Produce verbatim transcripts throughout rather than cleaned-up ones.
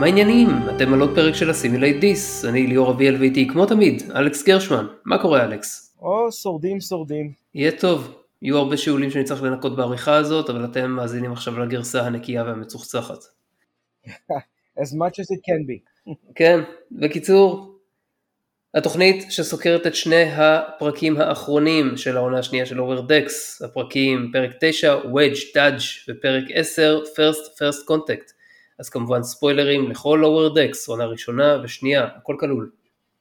מה העניינים? אתם על עוד פרק של הסימילייט דיס, אני ליאור אביאל ואיתי כמו תמיד, אלכס גרשמן. מה קורה אלכס? או, שורדים שורדים. יהיה טוב, יהיו הרבה שיעולים שאני צריך לנקות בעריכה הזאת, אבל אתם מאזינים עכשיו לגרסה הנקייה והמצוחצחת. As much as it can be. כן, בקיצור, התוכנית שסוקרת את שני הפרקים האחרונים של העונה השנייה של Lower Decks, הפרקים פרק תשע, Wedge, Dodge, ופרק עשר, First, First Contact. אז כמובן ספוילרים לכל Lower Decks, עונה ראשונה ושנייה, הכל כלול.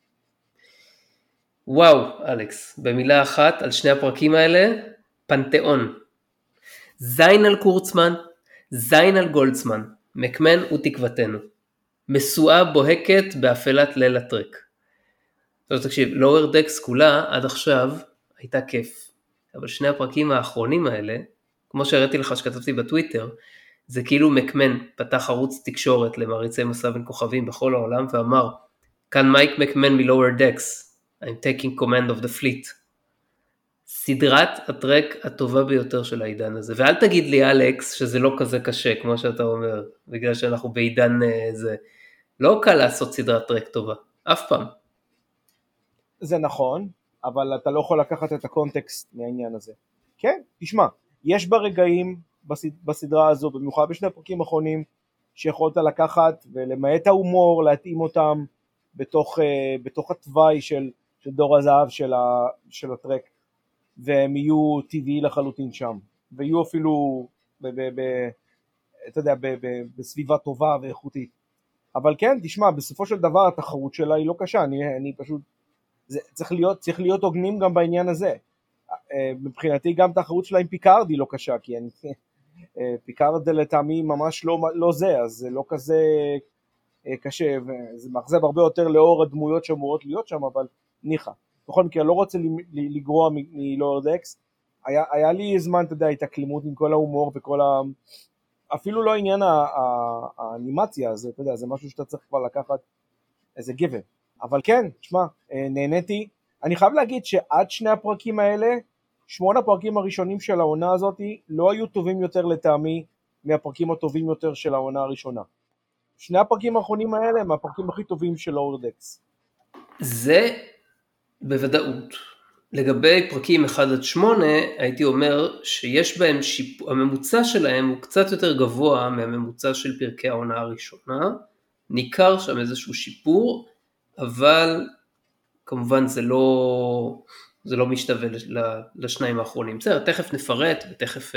וואו, אלכס, במילה אחת על שני הפרקים האלה, פנתיאון. זין על קורצמן, זין על גולדסמן, מקמן ותקוותנו. מסועה בוהקת באפלת ליל הטרק. אז תקשיב, Lower Decks כולה עד עכשיו הייתה כיף, אבל שני הפרקים האחרונים האלה, כמו שהראיתי לך שכתבתי בטוויטר, זה כאילו מקמן פתח ערוץ תקשורת למעריצי מסע בין כוכבים בכל העולם ואמר, כאן מייק מקמן מ-Lower Decks, I'm taking command of the fleet. סדרת הטרק הטובה ביותר של העידן הזה, ואל תגיד לי אלכס שזה לא כזה קשה כמו שאתה אומר, בגלל שאנחנו בעידן זה, לא קל לעשות סדרת טרק טובה, אף פעם. זה נכון, אבל אתה לא יכול לקחת את הקונטקסט מהעניין הזה. כן, תשמע, יש ברגעים בסדרה הזו, במיוחד בשני הפרקים האחרונים, שיכולת לקחת ולמעט ההומור, להתאים אותם בתוך, בתוך התוואי של, של דור הזהב של, ה, של הטרק, והם יהיו טבעי לחלוטין שם, ויהיו אפילו ב, ב, ב, אתה יודע, ב, ב, בסביבה טובה ואיכותית. אבל כן, תשמע, בסופו של דבר התחרות שלה היא לא קשה, אני, אני פשוט, זה, צריך להיות, צריך להיות הוגנים גם בעניין הזה. מבחינתי גם תחרות שלה עם פיקארד היא לא קשה, כי אני, פיקארד לטעמי ממש לא, לא זה, אז זה לא כזה קשה, וזה מאכזב הרבה יותר לאור הדמויות שאמורות להיות שם, אבל ניחא. בכל מקרה, לא רוצה לגרוע מ-Lower Decks, היה, היה לי זמן, אתה יודע, התאקלמות עם כל ההומור וכל ה... אפילו לא עניין האנימציה, זה, אתה יודע, זה משהו שאתה צריך כבר לקחת איזה גיבר. אבל כן, תשמע, נהניתי. אני חייב להגיד שעד שני הפרקים האלה, שמונה הפרקים הראשונים של העונה הזאת, לא היו טובים יותר לטעמי מהפרקים הטובים יותר של העונה הראשונה. שני הפרקים האחרונים האלה הם הפרקים הכי טובים של Lower Decks. זה בוודאות. לגבי פרקים אחד עד שמונה, הייתי אומר שיש בהם שיפ... הממוצע שלהם הוא קצת יותר גבוה מהממוצע של פרקי העונה הראשונה. ניכר שם איזשהו שיפור, אבל כמובן זה לא, זה לא משתווה לשניים האחרונים. בסדר, תכף נפרט ותכף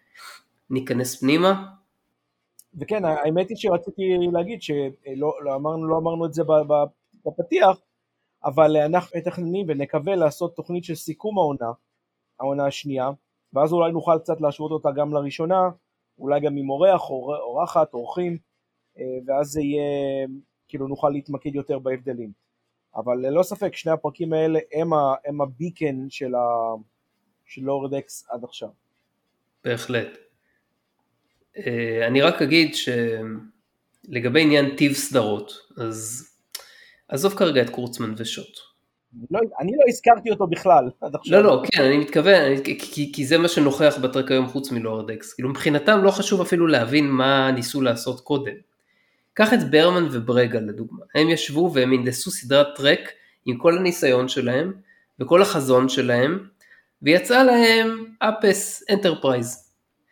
ניכנס פנימה. וכן, האמת היא שרציתי להגיד שלא לא אמרנו, לא אמרנו את זה בפתיח, אבל אנחנו מתכננים ונקווה לעשות תוכנית של סיכום העונה, העונה השנייה, ואז אולי נוכל קצת להשוות אותה גם לראשונה, אולי גם עם אורח, אורחת, אורחים, ואז זה יהיה, כאילו נוכל להתמקד יותר בהבדלים. אבל ללא ספק, שני הפרקים האלה הם, ה, הם הביקן של, ה, של Lower Decks עד עכשיו. בהחלט. אני רק אגיד שלגבי עניין טיב סדרות, אז עזוב כרגע את קורצמן ושוט. לא, אני לא הזכרתי אותו בכלל עד עכשיו. לא, לא, כן, אני מתכוון, אני, כי, כי זה מה שנוכח בטרק היום חוץ מלואר דקס. כאילו מבחינתם לא חשוב אפילו להבין מה ניסו לעשות קודם. קח את ברמן וברגה לדוגמה. הם ישבו והם הנדסו סדרת טרק עם כל הניסיון שלהם וכל החזון שלהם, ויצא להם אפס אנטרפרייז.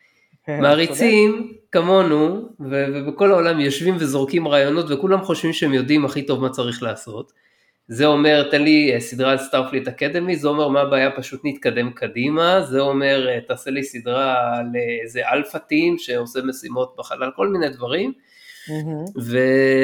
מעריצים כמונו, ובכל העולם יושבים וזורקים רעיונות, וכולם חושבים שהם יודעים הכי טוב מה צריך לעשות. זה אומר, תן לי סדרה על סטארפליט אקדמי, זה אומר מה הבעיה, פשוט נתקדם קדימה, זה אומר, תעשה לי סדרה על איזה אלפא טים, שעושה משימות בחלל, כל מיני דברים, ו...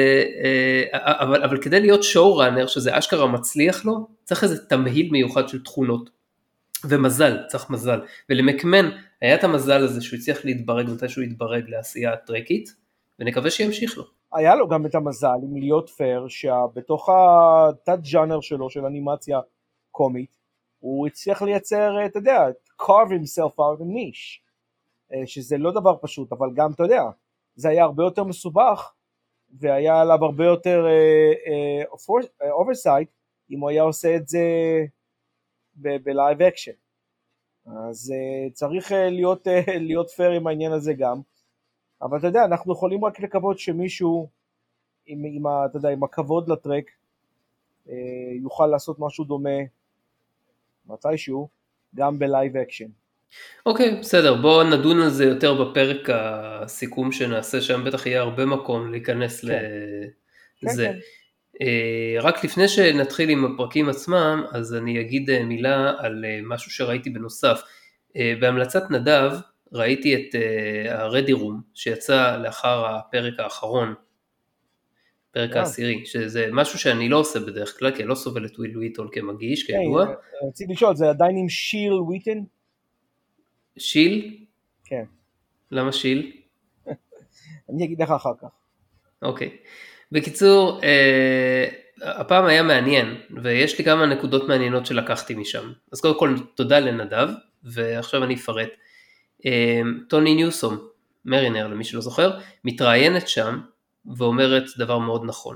אבל, אבל כדי להיות שואו-ראנר, שזה אשכרה מצליח לו, צריך איזה תמהיל מיוחד של תכונות, ומזל, צריך מזל, ולמקמן היה את המזל הזה שהוא הצליח להתברג, מתי שהוא התברג לעשייה טרקית, ונקווה שימשיך לו. היה לו גם את המזל, אם להיות פייר, שבתוך התת ג'אנר שלו, של אנימציה קומית, הוא הצליח לייצר, אתה יודע, carve himself out a niche, שזה לא דבר פשוט, אבל גם, אתה יודע, זה היה הרבה יותר מסובך, והיה עליו הרבה יותר uh, uh, oversight, אם הוא היה עושה את זה בלייב אקשן. אז uh, צריך uh, להיות, uh, להיות פייר עם העניין הזה גם, אבל אתה יודע, אנחנו יכולים רק לקוות שמישהו עם, עם, ה, אתה יודע, עם הכבוד לטרק, אה, יוכל לעשות משהו דומה מתישהו, גם בלייב אקשן. אוקיי, בסדר, בואו נדון על זה יותר בפרק הסיכום שנעשה, שם בטח יהיה הרבה מקום להיכנס כן. לזה. כן, כן. רק לפני שנתחיל עם הפרקים עצמם, אז אני אגיד מילה על משהו שראיתי בנוסף. בהמלצת נדב ראיתי את הרדי רום שיצא לאחר הפרק האחרון, פרק העשירי, שזה משהו שאני לא עושה בדרך כלל, כי אני לא סובל את וויל וויטון כמגיש, כידוע. רציתי לשאול, זה עדיין עם שיל וויטון? שיל? כן. למה שיל? אני אגיד לך אחר כך. אוקיי. בקיצור, אה, הפעם היה מעניין, ויש לי כמה נקודות מעניינות שלקחתי משם. אז קודם כל, תודה לנדב, ועכשיו אני אפרט. אה, טוני ניוסום, מרינר, למי שלא זוכר, מתראיינת שם, ואומרת דבר מאוד נכון.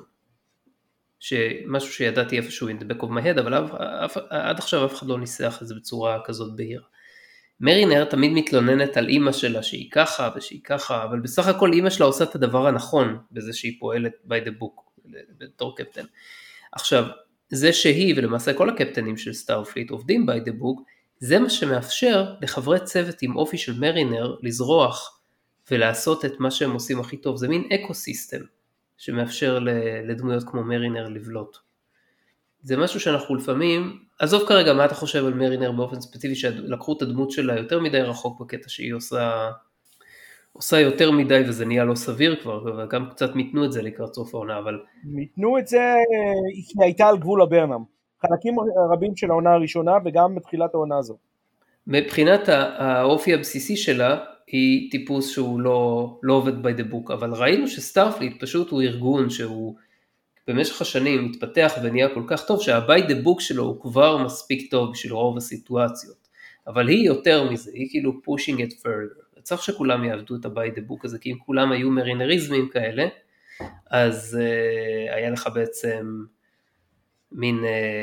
שמשהו שידעתי איפשהו in the back of my head, אבל אף, עד עכשיו אף אחד לא ניסח את זה בצורה כזאת בהירה. מרינר תמיד מתלוננת על אימא שלה שהיא ככה ושהיא ככה, אבל בסך הכל אימא שלה עושה את הדבר הנכון בזה שהיא פועלת by the book בתור קפטן. עכשיו, זה שהיא ולמעשה כל הקפטנים של סטארפליט עובדים by the book, זה מה שמאפשר לחברי צוות עם אופי של מרינר לזרוח ולעשות את מה שהם עושים הכי טוב. זה מין אקוסיסטם שמאפשר לדמויות כמו מרינר לבלוט. זה משהו שאנחנו לפעמים, עזוב כרגע מה אתה חושב על מרינר באופן ספציפי, שלקחו את הדמות שלה יותר מדי רחוק בקטע שהיא עושה, עושה יותר מדי וזה נהיה לא סביר כבר, וגם קצת מיתנו את זה לקראת סוף העונה, אבל... מיתנו את זה, היא הייתה על גבול הברנם, חלקים רבים של העונה הראשונה וגם בתחילת העונה הזו. מבחינת האופי הבסיסי שלה, היא טיפוס שהוא לא, לא עובד by the book, אבל ראינו שסטארפליט פשוט הוא ארגון שהוא... במשך השנים מתפתח ונהיה כל כך טוב שהבי דה בוק שלו הוא כבר מספיק טוב בשביל רוב הסיטואציות, אבל היא יותר מזה, היא כאילו pushing it further. צריך שכולם יעבדו את הבי דה בוק הזה, כי אם כולם היו מרינריזמים כאלה, אז uh, היה לך בעצם מין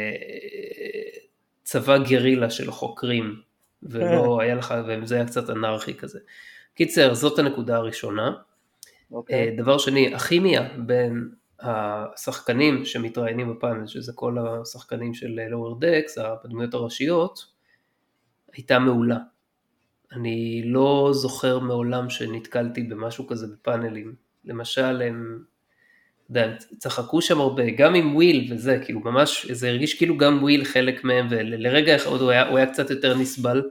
uh, צבא גרילה של חוקרים, ולא היה לך, וזה היה קצת אנרכי כזה. קיצר, זאת הנקודה הראשונה. Okay. Uh, דבר שני, הכימיה בין השחקנים שמתראיינים בפאנל, שזה כל השחקנים של לואר דקס, הדמויות הראשיות, הייתה מעולה. אני לא זוכר מעולם שנתקלתי במשהו כזה בפאנלים. למשל, הם צחקו שם הרבה, גם עם וויל וזה, כאילו ממש, זה הרגיש כאילו גם וויל חלק מהם, ולרגע אחד הוא היה, הוא היה קצת יותר נסבל,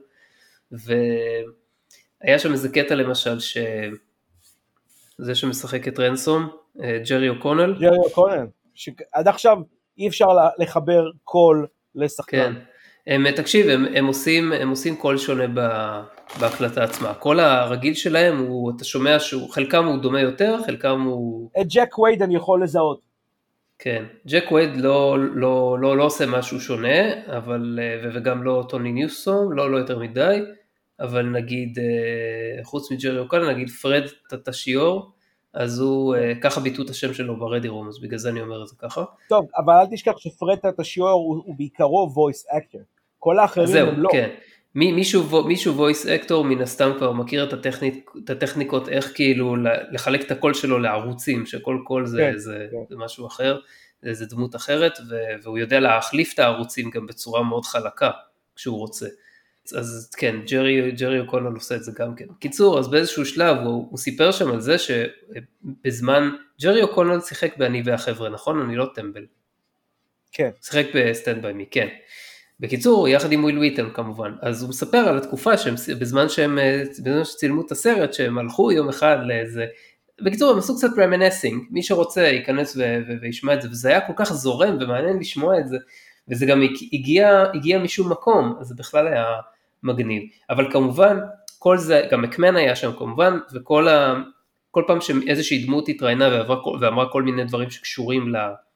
והיה שם איזה קטע למשל, שזה שמשחק את רנסום, ג'רי אוקונל. ג'רי אוקונל, שעד עכשיו אי אפשר לחבר קול לשחקן. כן, הם, תקשיב, הם, הם, עושים, הם עושים קול שונה בהקלטה עצמה. הקול הרגיל שלהם, הוא, אתה שומע שחלקם הוא דומה יותר, חלקם הוא... את ג'ק ווייד אני יכול לזהות. כן, ג'ק ווייד לא, לא, לא, לא עושה משהו שונה, אבל, וגם לא טוני ניוסום, לא, לא יותר מדי, אבל נגיד, חוץ מג'רי אוקונל, נגיד פרד טטשיור, אז הוא, ככה ביטו את השם שלו ברדי רום, אז בגלל זה אני אומר את זה ככה. טוב, אבל אל תשכח שפרד טטשיור הוא, הוא בעיקרו voice actor, כל האחרים זהו, הם לא. כן. מי, מישהו, מישהו voice actor מן הסתם כבר מכיר את, הטכניק, את הטכניקות, איך כאילו לחלק את הקול שלו לערוצים, שכל קול זה, כן, זה, כן. זה משהו אחר, זה, זה דמות אחרת, והוא יודע להחליף את הערוצים גם בצורה מאוד חלקה, כשהוא רוצה. אז כן, ג'רי, ג'רי אוקונל עושה את זה גם כן. קיצור, אז באיזשהו שלב הוא, הוא סיפר שם על זה שבזמן, ג'רי אוקונל שיחק באני והחבר'ה, נכון? אני לא טמבל. כן. שיחק בסטנד ביי מי, כן. בקיצור, יחד עם וויל וויטון כמובן. אז הוא מספר על התקופה שהם, בזמן שהם, בזמן שצילמו את הסרט, שהם הלכו יום אחד לאיזה, בקיצור, הם עשו קצת רמינסינג, מי שרוצה ייכנס ו- ו- וישמע את זה, וזה היה כל כך זורם ומעניין לשמוע את זה, וזה גם הגיע, הגיע משום מקום, אז זה בכלל היה מגניב. אבל כמובן, כל זה, גם מקמן היה שם כמובן, וכל ה, כל פעם שאיזושהי דמות התראיינה ועברה, ואמרה כל מיני דברים שקשורים ל,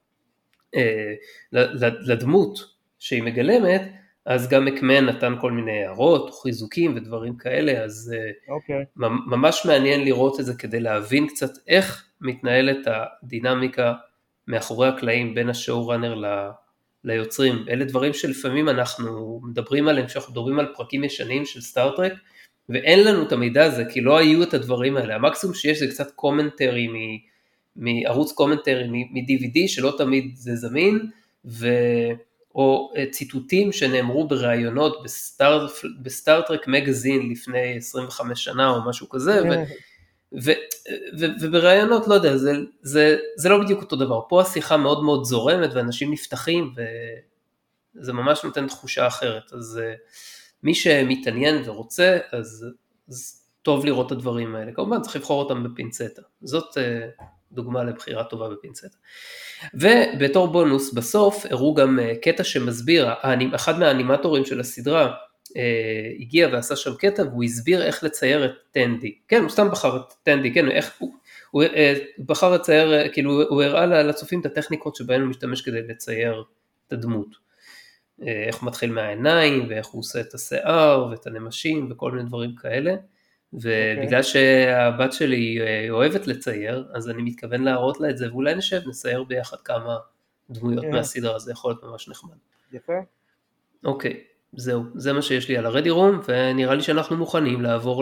לדמות שהיא מגלמת, אז גם מקמן נתן כל מיני הערות, חיזוקים ודברים כאלה, אז okay. ממש מעניין לראות את זה כדי להבין קצת איך מתנהלת הדינמיקה מאחורי הקלעים בין השואו-ראנר ל... ליוצרים. אלה דברים שלפעמים אנחנו מדברים עליהם, כשאנחנו מדברים על פרקים ישנים של סטארטרק, ואין לנו את המידע הזה, כי לא היו את הדברים האלה. המקסימום שיש זה קצת קומנטרי מערוץ קומנטרי, מ-די וי די, שלא תמיד זה זמין, ו... או ציטוטים שנאמרו בראיונות בסטאר, בסטארטרק מגזין לפני עשרים וחמש שנה או משהו כזה, ו... ו, ו, ובראיונות, לא יודע, זה, זה, זה לא בדיוק אותו דבר, פה השיחה מאוד מאוד זורמת, ואנשים נפתחים, וזה ממש נותן תחושה אחרת, אז מי שמתעניין ורוצה, אז, אז טוב לראות את הדברים האלה, כמובן צריך לבחור אותם בפינצטה, זאת דוגמה לבחירה טובה בפינצטה. ובתור בונוס בסוף, הראו גם קטע שמסביר, אחד מהאנימטורים של הסדרה, הגיע ועשה שם קטע, והוא הסביר איך לצייר את טנדי, כן, הוא סתם בחר את טנדי, כן, איך הוא, הוא בחר לצייר, כאילו הוא הראה לצופים את הטכניקות שבהן הוא משתמש כדי לצייר את הדמות, איך הוא מתחיל מהעיניים, ואיך הוא עושה את השיער, ואת הנמשים, וכל מיני דברים כאלה, ובגלל שהבת שלי אוהבת לצייר, אז אני מתכוון להראות לה את זה, ואולי נשב, נצייר ביחד כמה דמויות מהסדרה, זה יכול להיות ממש נחמד. יפה. אוקיי. זהו, זה מה שיש לי על הרדי רום, ונראה לי שאנחנו מוכנים לעבור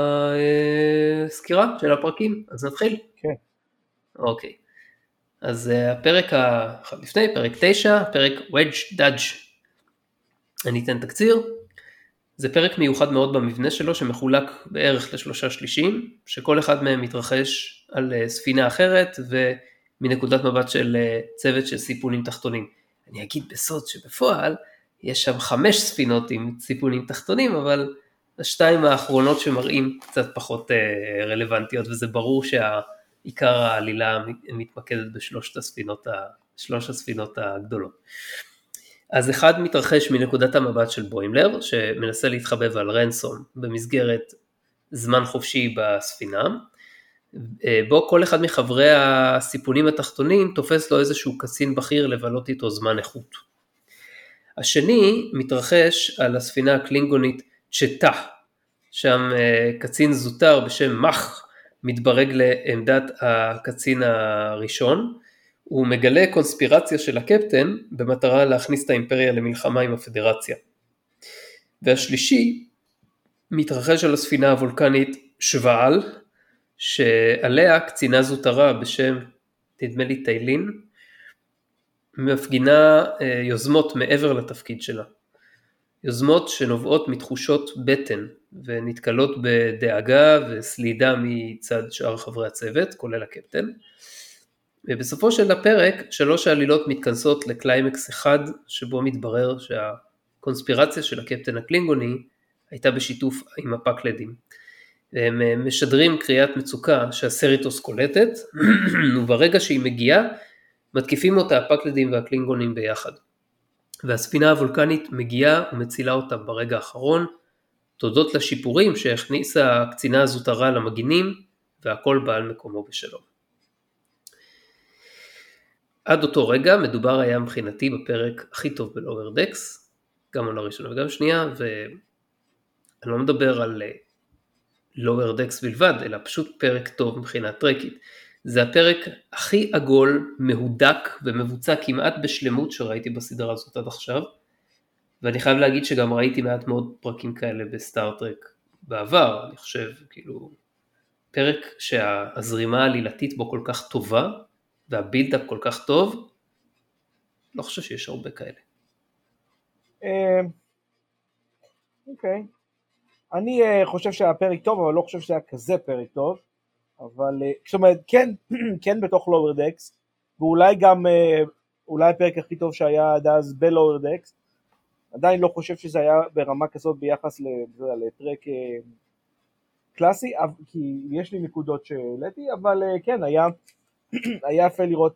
לסקירה של הפרקים, אז נתחיל. כן. אוקיי, אז הפרק לפני, פרק תשע, פרק Wedge Dodge. אני אתן תקציר. זה פרק מיוחד מאוד במבנה שלו, שמחולק בערך לשלושה שלישים, שכל אחד מהם מתרחש על ספינה אחרת, ומנקודת מבט של צוות של סיפונים תחתונים. אני אגיד בסוד שבפועל, יש שם חמש ספינות עם סיפונים תחתונים, אבל השתיים האחרונות שמראים קצת פחות רלוונטיות, וזה ברור שהעיקר העלילה מתמקדת בשלושת הספינות, שלוש הספינות הגדולות. אז אחד מתרחש מנקודת המבט של בוימלר, שמנסה להתחבב על רנסום במסגרת זמן חופשי בספינה, בו כל אחד מחברי הסיפונים התחתונים תופס לו איזשהו קצין בכיר לבלות איתו זמן איכות. השני מתרחש על הספינה הקלינגונית צ'טה, שם קצין זוטר בשם מח מתברג לעמדת הקצין הראשון, הוא מגלה קונספירציה של הקפטן במטרה להכניס את האימפריה למלחמה עם הפדרציה. והשלישי מתרחש על הספינה הוולקנית שוואל, שעליה קצינה זוטרה בשם, נדמה לי טיילין, מפגינה יוזמות מעבר לתפקיד שלה. יוזמות שנובעות מתחושות בטן, ונתקלות בדאגה וסלידה מצד שאר חברי הצוות, כולל הקפטן. ובסופו של הפרק, שלוש העלילות מתכנסות לקליימקס אחד, שבו מתברר שהקונספירציה של הקפטן הקלינגוני, הייתה בשיתוף עם הפקלדים. הם משדרים קריאת מצוקה שהסריטוס קולטת, וברגע שהיא מגיעה, מתקיפים אותה הפקלדים והקלינגונים ביחד. והספינה הוולקנית מגיעה ומצילה אותה ברגע האחרון, תודות לשיפורים שהכניסה הקצינה הזוטרה למגינים, והכל בא על מקומו בשלום. עד אותו רגע מדובר היה מבחינתי בפרק הכי טוב בלואוור דקס, גם על הראשונה וגם שנייה, ואני לא מדבר על לואוור דקס בלבד, אלא פשוט פרק טוב מבחינת טרקית. זה הפרק הכי עגול, מהודק ומבוצע כמעט בשלמות שראיתי בסדרה הזאת עד עכשיו, ואני חייב להגיד שגם ראיתי מעט מאוד פרקים כאלה בסטארטרק בעבר, אני חושב, כאילו, פרק שהזרימה העלילתית בו כל כך טובה, והבילדאפ כל כך טוב, לא חושב שיש הרבה כאלה. אוקיי. אני חושב שהפרק טוב, אבל לא חושב שהיה כזה פרק טוב, אבל, זאת אומרת, כן, כן בתוך לואוור דקס, ואולי גם, אולי הפרק הכי טוב שהיה עד אז בלואוור דקס, עדיין לא חושב שזה היה ברמה כזאת ביחס לטרק קלאסי, כי יש לי נקודות שהעליתי, אבל כן, היה, היה יפה לראות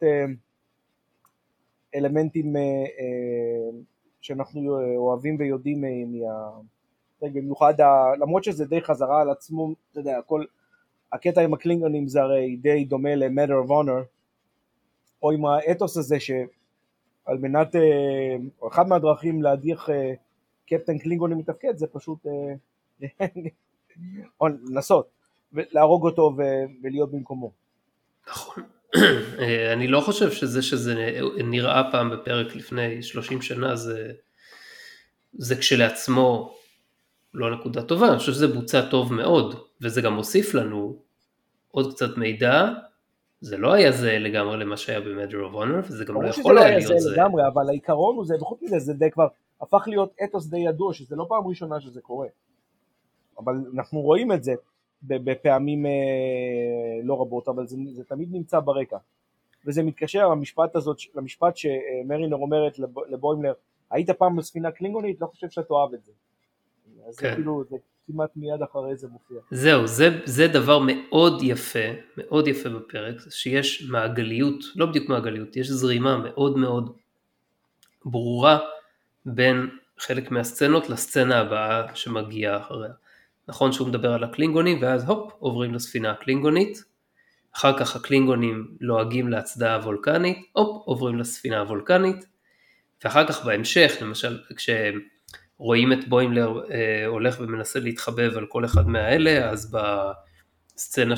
אלמנטים שאנחנו אוהבים ויודעים מה... במיוחד, למרות שזה די חזרה על עצמו, אתה יודע, הכל, הקטע עם הקלינגונים זה הרי די דומה ל-Matter of Honor, או עם האתוס הזה שעל מנת, או אחד מהדרכים להדיח קפטן קלינגוני מתפקד, זה פשוט או לנסות, להרוג אותו ולהיות במקומו. נכון. אני לא חושב שזה שזה נראה פעם בפרק לפני שלושים שנה, זה, זה כשלעצמו לא נקודה טובה, אני חושב שזה בוצע טוב מאוד, וזה גם מוסיף לנו עוד קצת מידע, זה לא היה זה לגמרי למה שהיה ב-Medal of Honor, וזה גם לא יכול לא היה היה להיות זה זה. לגמרי, אבל העיקרון הוא זה, וחוץ מזה, זה די כבר הפך להיות אתוס די ידוע, שזה לא פעם ראשונה שזה קורה. אבל אנחנו רואים את זה בפעמים לא רבות, אבל זה, זה תמיד נמצא ברקע. וזה מתקשר למשפט הזאת, למשפט שמרינר אומרת לבוימלר, היית פעם בספינה קלינגונית? לא חושב שאתה אוהב את זה. אז כן. זה כאילו, זה כמעט מיד אחרי זה מופיע. זהו, זה, זה דבר מאוד יפה, מאוד יפה בפרק, שיש מעגליות, לא בדיוק מעגליות, יש זרימה מאוד מאוד ברורה בין חלק מהסצנות לסצנה הבאה שמגיעה אחריה. נכון שהוא מדבר על הקלינגונים, ואז הופ, עוברים לספינה הקלינגונית, אחר כך הקלינגונים לועגים להצדעה הוולקנית, הופ, עוברים לספינה הוולקנית, ואחר כך בהמשך, למשל, כשרואים את בוימלר אה, הולך ומנסה להתחבב על כל אחד מהאלה, אז בסצנה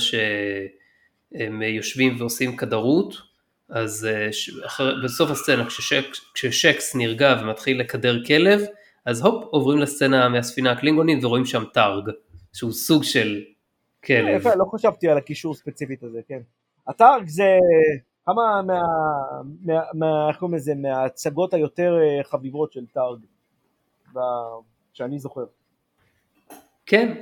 שהם יושבים ועושים כדרות, אז אה, אחר, בסוף הסצנה, כששק, כששקס נרגע ומתחיל לקדר כלב, אז הופ, עוברים לסצנה מהספינה הקלינגונית ורואים שם טארג, שהוא סוג של כלב. יפה, לא חשבתי על הקישור ספציפית הזה, כן. הטארג זה כמה מה, מה, מה, איך קוראים לזה, מההצגות היותר חביבות של טארג, שאני זוכר. כן,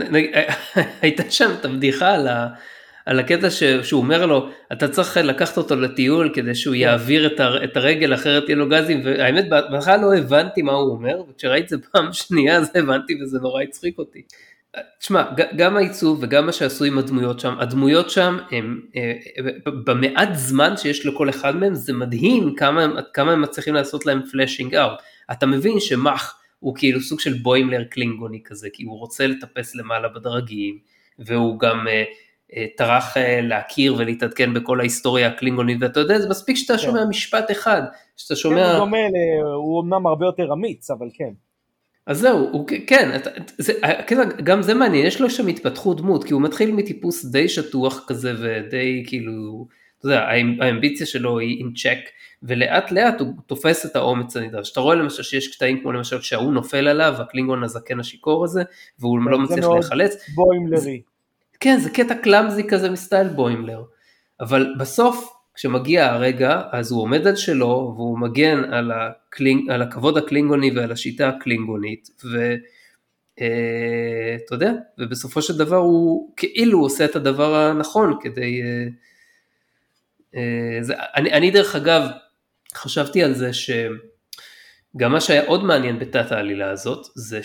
והייתה שם את הבדיחה על ה... על הקטע שהוא אומר לו, אתה צריך לקחת אותו לטיול כדי שהוא יעביר את הרגל אחרת יהיה לו גזים, והאמת בהתחלה לא הבנתי מה הוא אומר, וכשראיתי את זה פעם שנייה אז הבנתי וזה נורא הצחיק אותי. תשמע, גם העיצוב וגם מה שעשו עם הדמויות שם, הדמויות שם הם, במעט זמן שיש לכל אחד מהם, זה מדהים כמה הם, כמה הם מצליחים לעשות להם פלאשינג אאוט. אתה מבין שמח הוא כאילו סוג של בוימלר קלינגוני כזה, כי הוא רוצה לטפס למעלה בדרגים, והוא גם טרח להכיר ולהתעדכן בכל ההיסטוריה הקלינגונית, ואתה יודע, זה מספיק שאתה שומע משפט אחד, שאתה שומע... כן, הוא דומה, הוא אמנם הרבה יותר אמיץ, אבל כן. אז זהו, הוא, כן, זה, גם זה מעניין, יש לו שם התפתחות דמות, כי הוא מתחיל מטיפוס די שטוח כזה, ודי כאילו, אתה יודע, האמביציה שלו היא in check, ולאט לאט הוא תופס את האומץ הנדרש. אתה רואה למשל שיש קטעים כמו למשל כשהוא נופל עליו, הקלינגון הזקן השיקור הזה, והוא לא מצליח להיחלץ. בוימלרי. כן, זה קטע קלאמזי כזה מסטייל בוימלר, אבל בסוף, כשמגיע הרגע, אז הוא עומד על שלו, והוא מגן על, הקלינג, על הכבוד הקלינגוני ועל השיטה הקלינגונית, ואתה יודע, ובסופו של דבר הוא כאילו עושה את הדבר הנכון, כדי, אה, אה, זה, אני, אני דרך אגב, חשבתי על זה, שגם מה שהיה עוד מעניין בתת העלילה הזאת, זה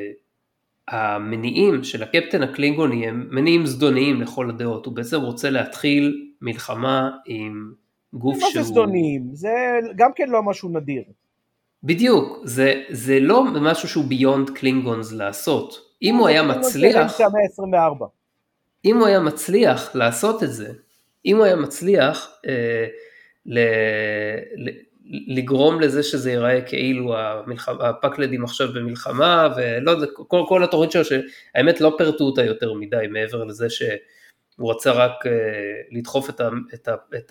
שהמניעים של הקפטן הקלינגוני, הם מניעים זדוניים לכל הדעות, הוא בעצם רוצה להתחיל מלחמה עם גוף שהוא... מה זה זדוניים? זה גם כן לא משהו נדיר. בדיוק, זה, זה לא משהו שהוא ביונד קלינגונס לעשות. אם הוא היה מצליח... אם הוא היה מצליח לעשות את זה, אם הוא היה מצליח אה, ל, ל, לגרום לזה שזה ייראה כאילו המלחמה, הפקלדים עכשיו במלחמה, ולא יודע, כל, כל התורית שלו, שהאמת לא פרטו אותה יותר מדי, מעבר לזה ש... הוא רצה רק uh, לדחוף את, ה, את, ה, את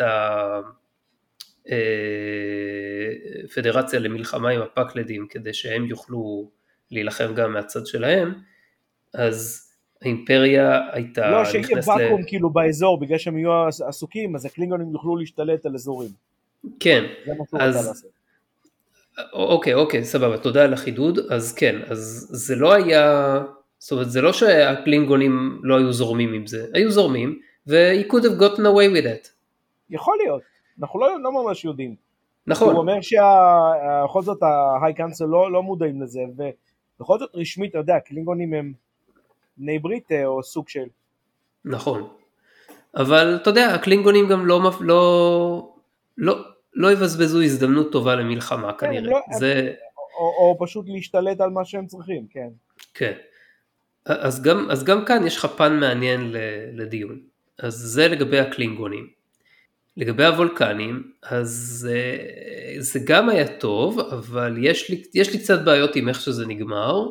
הפדרציה למלחמה עם הפקלדים, כדי שהם יוכלו להילחם גם מהצד שלהם, אז האימפריה הייתה לא, שיהיה ואקום ל... כאילו באזור, בגלל שהם יהיו עסוקים, אז הקלינגונים יוכלו להשתלט על אזורים. כן, זה מה שהוא אז... רצה לעשות. אוקיי, אוקיי, סבבה, תודה על החידוד, אז כן, אז זה לא היה... זאת אומרת, זה לא שהקלינגונים לא היו זורמים עם זה, היו זורמים, ו- he could have gotten away with it. יכול להיות, אנחנו לא, לא ממש יודעים. נכון. הוא אומר שבכל זאת ה-High Council לא, לא מודעים לזה, ובכל זאת רשמית, אתה יודע, הקלינגונים הם בני ברית או סוג של. נכון. אבל אתה יודע, הקלינגונים גם לא, לא, לא, לא יבזבזו הזדמנות טובה למלחמה כן, כנראה. לא, זה... או, או פשוט להשתלט על מה שהם צריכים, כן. כן. אז גם, אז גם כאן יש לך פן מעניין לדיון. אז זה לגבי הקלינגונים. לגבי הוולקנים, אז זה, זה גם היה טוב, אבל יש לי, יש לי קצת בעיות עם איך שזה נגמר,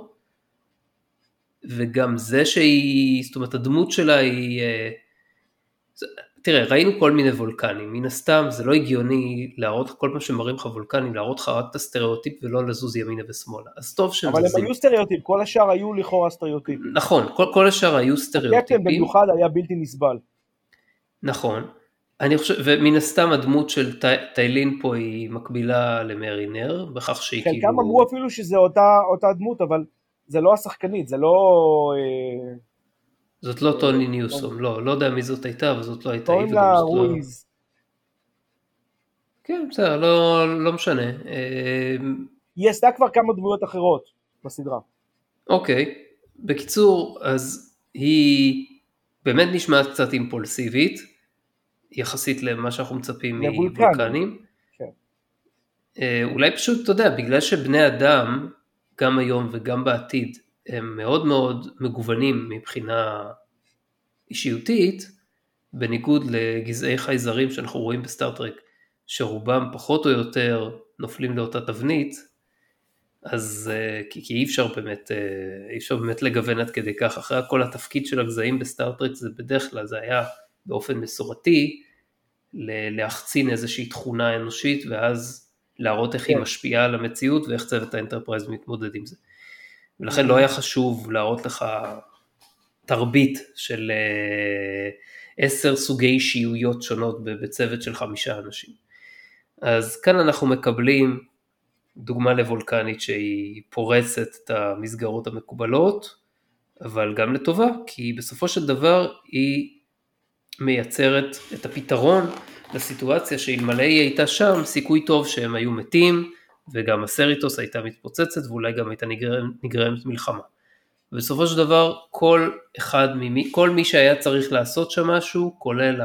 וגם זה שהיא, זאת אומרת, הדמות שלה היא, תראה, ראינו כל מיני וולקנים, מן הסתם זה לא הגיוני להראות כל פעם שמראים לך וולקנים, להראות לך רק את הסטריאוטיפ ולא לזוז ימינה ושמאלה, אז טוב שהם אבל הם היו סטריאוטיפ, כל השאר היו לכאורה סטריאוטיפים. נכון, כל, כל השאר היו סטריאוטיפים. הקפטן במיוחד היה בלתי נסבל. נכון, אני חושב, ומן הסתם הדמות של טיילין פה היא מקבילה למרינר, בכך שהיא חלקם כאילו... אמרו אפילו שזה אותה, אותה דמות, אבל זה לא השחקנית, זה לא... אה, זאת לא טוני ניוסום, לא, לא יודע מי זאת הייתה, אבל זאת לא הייתה היא. קוראים לה רויז. כן, בסדר, לא, לא משנה. היא עשתה כבר כמה דמויות אחרות בסדרה. אוקיי, בקיצור, אז היא באמת נשמעת קצת אימפולסיבית, יחסית למה שאנחנו מצפים מוולקנים. כן. אולי פשוט, אתה יודע, בגלל שבני אדם, גם היום וגם בעתיד, הם מאוד מאוד מגוונים מבחינה אישיותית, בניגוד לגזעי חייזרים שאנחנו רואים בסטארטרק, שרובם פחות או יותר נופלים לאותה תבנית, אז כי, כי אי אפשר באמת, אי אפשר באמת לגוון עד כדי כך. אחרי הכל התפקיד של הגזעים בסטארטרק זה בדרך כלל, זה היה באופן מסורתי, להחצין איזושהי תכונה אנושית, ואז להראות איך היא משפיעה על המציאות, ואיך צוות האנטרפרייז מתמודד עם זה. ולכן לא היה חשוב להראות לך תרבית של עשר סוגי אישיויות שונות בצוות של חמישה אנשים. אז כאן אנחנו מקבלים דוגמה לוולקנית שהיא פורצת את המסגרות המקובלות, אבל גם לטובה, כי בסופו של דבר היא מייצרת את הפתרון לסיטואציה שאלמלא היא הייתה שם, סיכוי טוב שהם היו מתים, וגם הסריטוס הייתה מתפוצצת, ואולי גם הייתה נגרמת, נגרמת מלחמה. ובסופו של דבר, כל אחד, ממי, כל מי שהיה צריך לעשות שם משהו, כולל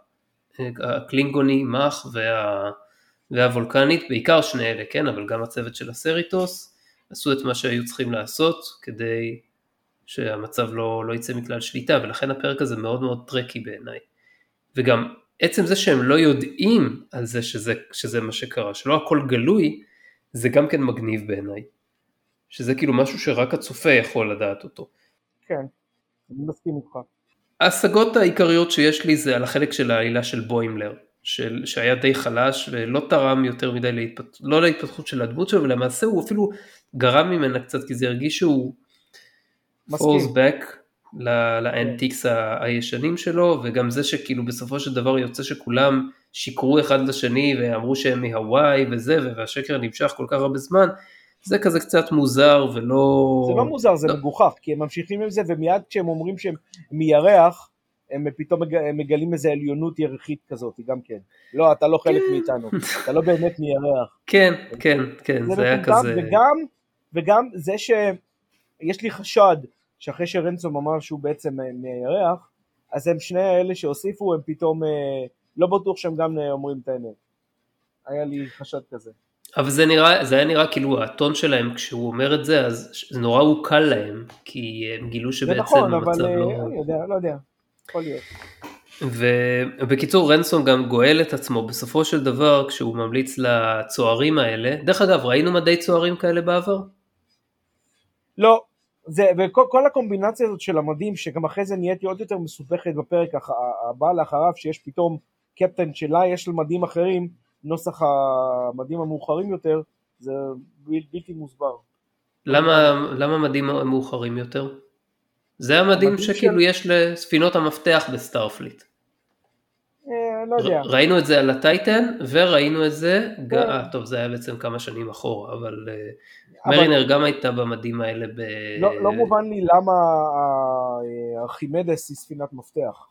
הקלינגוני, מח וה, והוולקנית, בעיקר שני אלה, כן, אבל גם הצוות של הסריטוס, עשו את מה שהיו צריכים לעשות, כדי שהמצב לא, לא יצא מכלל שליטה, ולכן הפרק הזה מאוד מאוד טרקי בעיניי. וגם עצם זה שהם לא יודעים על זה שזה, שזה מה שקרה, שלא הכל גלוי, זה גם כן מגניב בעיניי. שזה כאילו משהו שרק הצופה יכול לדעת אותו. כן, אני מסכים איתך. ההשגות העיקריות שיש לי זה על החלק של העלילה של בוימלר, של, שהיה די חלש ולא תרם יותר מדי להתפתחות, לא להתפתחות של הדמות שלו, ולמעשה הוא אפילו גרם ממנה קצת, כי זה הרגיש שהוא falls back לאנטיקס הישנים שלו, וגם זה שכאילו בסופו של דבר יוצא שכולם שיקרו אחד לשני ואמרו שהם מהוואי וזה, והשקר נמשך כל כך הרבה זמן, זה כזה קצת מוזר ולא... זה לא מוזר, זה מגוחך, כי הם ממשיכים עם זה, ומיד כשהם אומרים שהם מירח, הם פתאום מגלים איזו עליונות ירחית כזאת, גם כן. לא, אתה לא חלק מאיתנו, אתה לא באמת מירח. כן, כן, כן, זה היה כזה... וגם, וגם זה שיש לי חשד, שאחרי שרנסום אמר שהוא בעצם מירח, אז הם שני האלה שהוסיפו, הם פתאום לא בטוח שהם גם אומרים את האמת. היה לי חשד כזה. אבל זה נראה, זה היה נראה כאילו הטון שלהם כשהוא אומר את זה, אז זה נורא הוא קל להם, כי הם גילו שבעצם נכון, המצב אבל, לא... אני יודע, לא יודע, יכול להיות. ובקיצור רנסון גם גואל את עצמו בסופו של דבר כשהוא ממליץ לצוערים האלה. דרך אגב, ראינו מדי צוערים כאלה בעבר? לא, זה, וכל כל הקומבינציה הזאת של המדים, שגם אחרי זה נהייתי עוד יותר מסובכת בפרק הבא לאחריו, שיש פתאום קפטן שלה יש לו מדים אחרים, נוסח המדים המאוחרים יותר, זה בלתי מוסבר. למה, למה מדים מאוחרים יותר? זה המדים שכאילו של... יש לספינות המפתח בסטארפליט. אה, לא יודע. ראינו את זה על הטייטן, וראינו את זה, ג... אה, טוב זה היה בעצם כמה שנים אחורה, אבל, אבל... מרינר גם הייתה במדים האלה. ב... לא, לא מובן לי למה ארכימדס היא ספינת מפתח.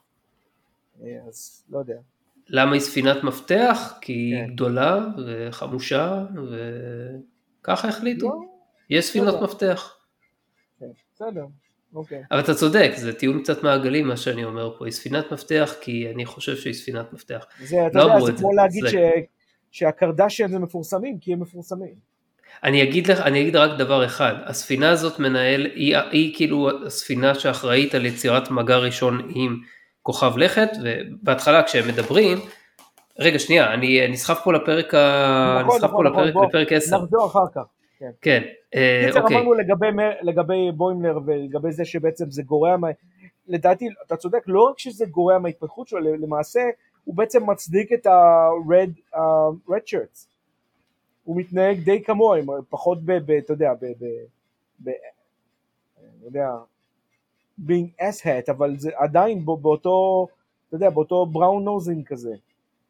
אז לא יודע. למה היא ספינת מפתח? כי היא כן. גדולה וחמושה, וככה החליטו. לא, יש ספינות לא מפתח. כן, בסדר. אוקיי. אבל אתה צודק, זה טיעון קצת מעגלי מה שאני אומר פה, היא ספינת מפתח כי אני חושב שהיא ספינת מפתח. זה, אתה לא יודע, זה כמו זה. להגיד ש... שהקרדשיין זה מפורסמים, כי הם מפורסמים. אני אגיד לך, אני אגיד רק דבר אחד, הספינה הזאת מנהל, היא, היא כאילו הספינה שאחראית על יצירת מגע ראשון עם כוכב לכת, ובהתחלה כשהם מדברים, רגע שנייה, אני נסחף פה לפרק, נכון, נסחף נכון, פה נכון, לפרק, בוא, לפרק עשר. נחזור אחר כך. כן. כן, קיצר, אוקיי. אמרנו לגבי, לגבי בוימלר ולגבי זה שבעצם זה גורע, מה... לדעתי, אתה צודק, לא רק שזה גורע מההתפתחות שלו, למעשה הוא בעצם מצדיק את ה-red, uh, red shirts. הוא מתנהג די כמוה, פחות ב, ב, אתה יודע, ב, ב, ב, אני יודע, being ass hat, אבל זה עדיין באותו, אתה יודע, באותו brown nosing כזה.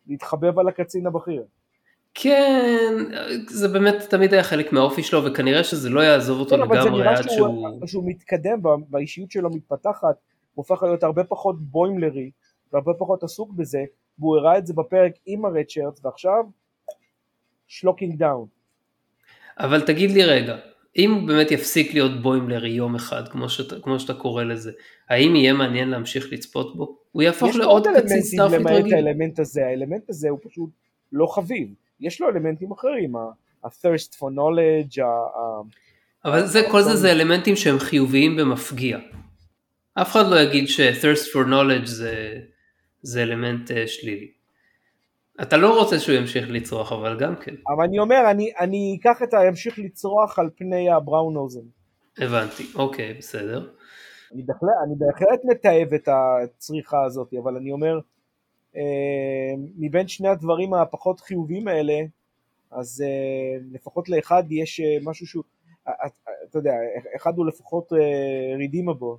להתחבב על הקצין הבכיר. כן, זה באמת תמיד היה חלק מהאופי שלו, וכנראה שזה לא יעזוב אותו לגמרי. אבל זה נראה שהוא, שהוא... שהוא מתקדם, והאישיות שלו מתפתחת, הוא הופך להיות הרבה פחות בוימלרי, והרבה פחות עסוק בזה, והוא הראה את זה בפרק עם הרד שרט, ועכשיו, שלוקינג דאון. אבל תגיד לי רגע, אם הוא באמת יפסיק להיות בוימלרי יום אחד, כמו שאתה, כמו שאתה קורא לזה, האם יהיה מעניין להמשיך לצפות בו? הוא יהפוך לעוד קצין סטארפיט רגיל. יש עוד אלמנטים למעט האלמנט הזה, האלמנט הזה הוא פשוט לא חביב. יש לו אלמנטים אחרים, ה-thirst for knowledge, אבל זה, כל זה זה אלמנטים שהם חיוביים במפגיע. אף אחד לא יגיד ש-thirst for knowledge זה, זה אלמנט שלילי. אתה לא רוצה שהוא ימשיך לצרוח, אבל גם כן. אבל אני אומר, אני, אני אקח את הימשיך לצרוח על פני הבראון אוזן. הבנתי, אוקיי, בסדר. אני בהחלט, אני בהחלט מתאהב את הצריכה הזאת, אבל אני אומר, אה, מבין שני הדברים הפחות חיוביים האלה, אז אה, לפחות לאחד יש משהו שהוא, אה, אתה יודע, אחד הוא לפחות אה, redeemable.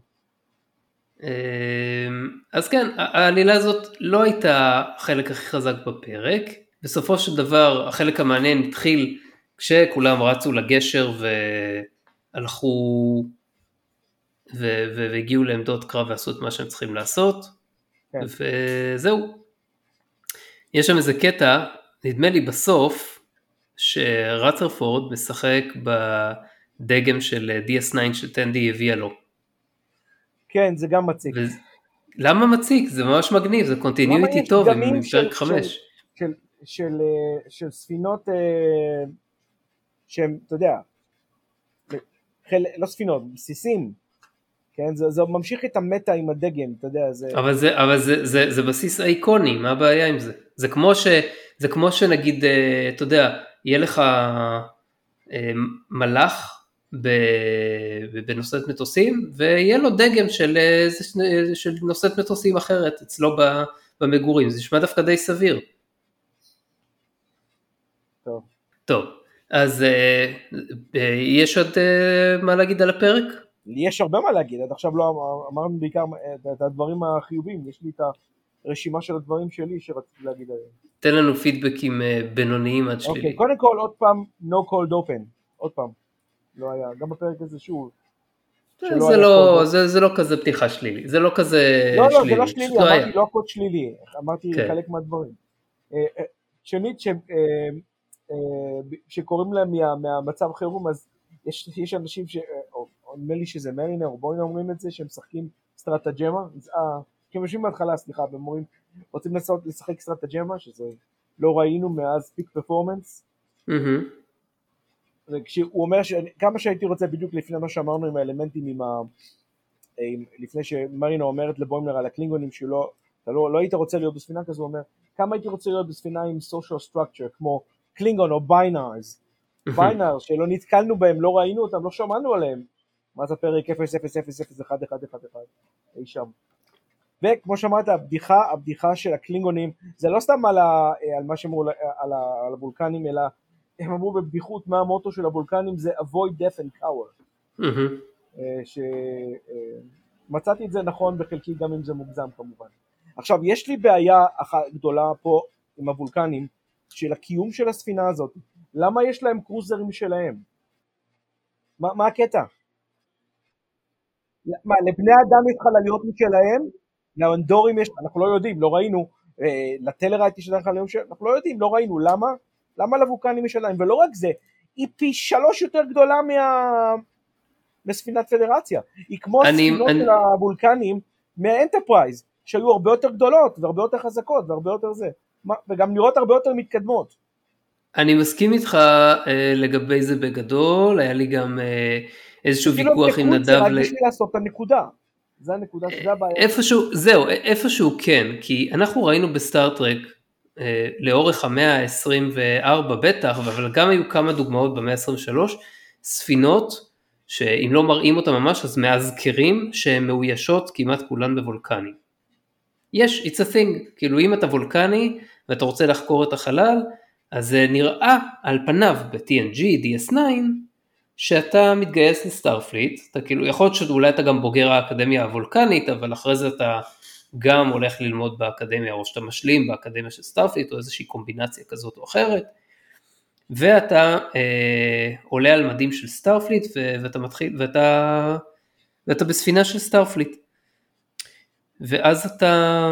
אז כן, העלילה הזאת לא הייתה החלק הכי חזק בפרק, בסופו של דבר החלק המעניין התחיל כשכולם רצו לגשר והלכו ו- ו- והגיעו לעמדות קרב ועשו את מה שהם צריכים לעשות, כן. וזהו. יש שם איזה קטע, נדמה לי בסוף, שרת'רפורד משחק בדגם של די אס תשע שטנדי הביאה לו. כן, זה גם מציק. ו... למה מציק? זה ממש מגניב, זה קונטיניויטי טוב עם פרק חמש. של, של, של, של ספינות שהם, אתה יודע, לא ספינות, בסיסים, כן? זה, זה ממשיך את המטה עם הדגם, אתה יודע, זה... אבל זה, אבל זה, זה, זה בסיס איקוני, מה הבעיה עם זה? זה כמו ש, זה כמו שנגיד, אתה יודע, יהיה לך מלאך, בנושאת מטוסים, ויהיה לו דגם של, של נושאת מטוסים אחרת אצלו במגורים, זה נשמע דווקא די סביר. טוב. טוב, אז יש עוד מה להגיד על הפרק? יש הרבה מה להגיד, עד עכשיו לא אמרנו בעיקר את הדברים החיובים, יש לי את הרשימה של הדברים שלי שרציתי להגיד עליהם. תן לנו פידבקים בינוניים עד שלילי. אוקיי, קודם כל עוד פעם, no cold open, עוד פעם. לא היה, גם בפרק הזה שוב. זה לא, זה, זה לא כזה פתיחה שלילי, זה לא כזה לא, שלילי. לא, זה לא שלילי, אמרתי לא קוד שלילי, אמרתי חלק מהדברים. שנית, שקוראים להם מהמצב חירום, אז יש אנשים, נדמה לי שזה מרינר או בוינה אומרים את זה, שהם משחקים סטרטג'מה, כי הם יושבים בהתחלה, סליחה, והם אומרים, רוצים לשחק סטרטג'מה, שזה לא ראינו מאז פיק פרפורמנס, וכשהוא אומר שכמה שהייתי רוצה בדיוק לפני מה שאמרנו עם האלמנטים עם ה... לפני שמרינה אומרת לבוימלר על הקלינגונים שלא, אתה לא, לא היית רוצה להיות בספינה כזו, הוא אומר כמה הייתי רוצה להיות בספינה עם social structure כמו קלינגון או ביינארס, ביינארס שלא נתקלנו בהם, לא ראינו אותם, לא שמענו עליהם, מה זה פרק אפס אפס אפס אפס אחת אחת אחת אחת אי שם. וכמו שאמרת, הבדיחה, הבדיחה של הקלינגונים זה לא סתם על, ה, על מה שאמרו על, ה, על הוולקנים, אלא הם אמרו בבדיחות מה המוטו של הוולקנים זה avoid death and cower. שמצאתי את זה נכון בחלקי גם אם זה מוגזם כמובן. עכשיו יש לי בעיה אחת גדולה פה עם הוולקנים של הקיום של הספינה הזאת. למה יש להם קרוזרים שלהם? מה, מה הקטע? מה, לבני אדם יש חלליות משלהם? לאנדורים יש, אנחנו לא יודעים, לא ראינו, לטלרייט יש חלליות שלהם, אנחנו לא יודעים, לא ראינו, למה? למה לוולקנים שלהם? ולא רק זה, היא פי שלוש יותר גדולה מה... מספינת פדרציה. היא כמו אני, הספינות אני... של הוולקנים מהאנטרפרייז, שהיו הרבה יותר גדולות, והרבה יותר חזקות, והרבה יותר זה. וגם נראות הרבה יותר מתקדמות. אני מסכים איתך אה, לגבי זה בגדול, היה לי גם אה, איזשהו ויכוח עם נדב. זה רק בשביל לעשות את הנקודה. זה הנקודה, זה הבעיה. איפשהו, זהו, איפשהו כן, כי אנחנו ראינו בסטארטרק, לאורך המאה ה-עשרים וארבע בטח, אבל גם היו כמה דוגמאות במאה ה-עשרים ושלוש, ספינות שאם לא מראים אותם ממש, אז מאזכרים שהן מאוישות כמעט כולן בוולקנים. יש, it's a thing, כאילו אם אתה וולקני ואתה רוצה לחקור את החלל, אז זה נראה על פניו ב-טי אן ג'י, די אס תשע, שאתה מתגייס לסטארפליט, אתה כאילו, יכול להיות שאולי אתה גם בוגר האקדמיה הוולקנית, אבל אחרי זה אתה גם הולך ללמוד באקדמיה, או שאתה משלים באקדמיה של סטארפליט, או איזושהי קומבינציה כזאת או אחרת, ואתה אה, עולה על מדים של סטארפליט, ו- ואתה מתחיל, ואתה, ואתה בספינה של סטארפליט. ואז אתה,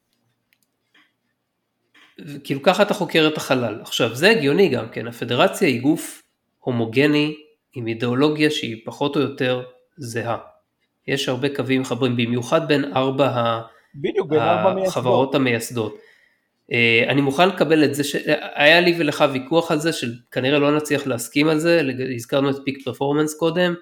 כאילו ככה אתה חוקר את החלל. עכשיו, זה הגיוני גם כן, הפדרציה היא גוף הומוגני, עם אידיאולוגיה שהיא פחות או יותר זהה. יש הרבה קווים מחברים, במיוחד בין ארבע בדיוק, בין ארבע החברות המייסדות. אני מוכן לקבל את זה, היה לי ולך ויכוח על זה, שכנראה לא נצליח להסכים על זה, הזכרנו את פיק פרפורמנס קודם,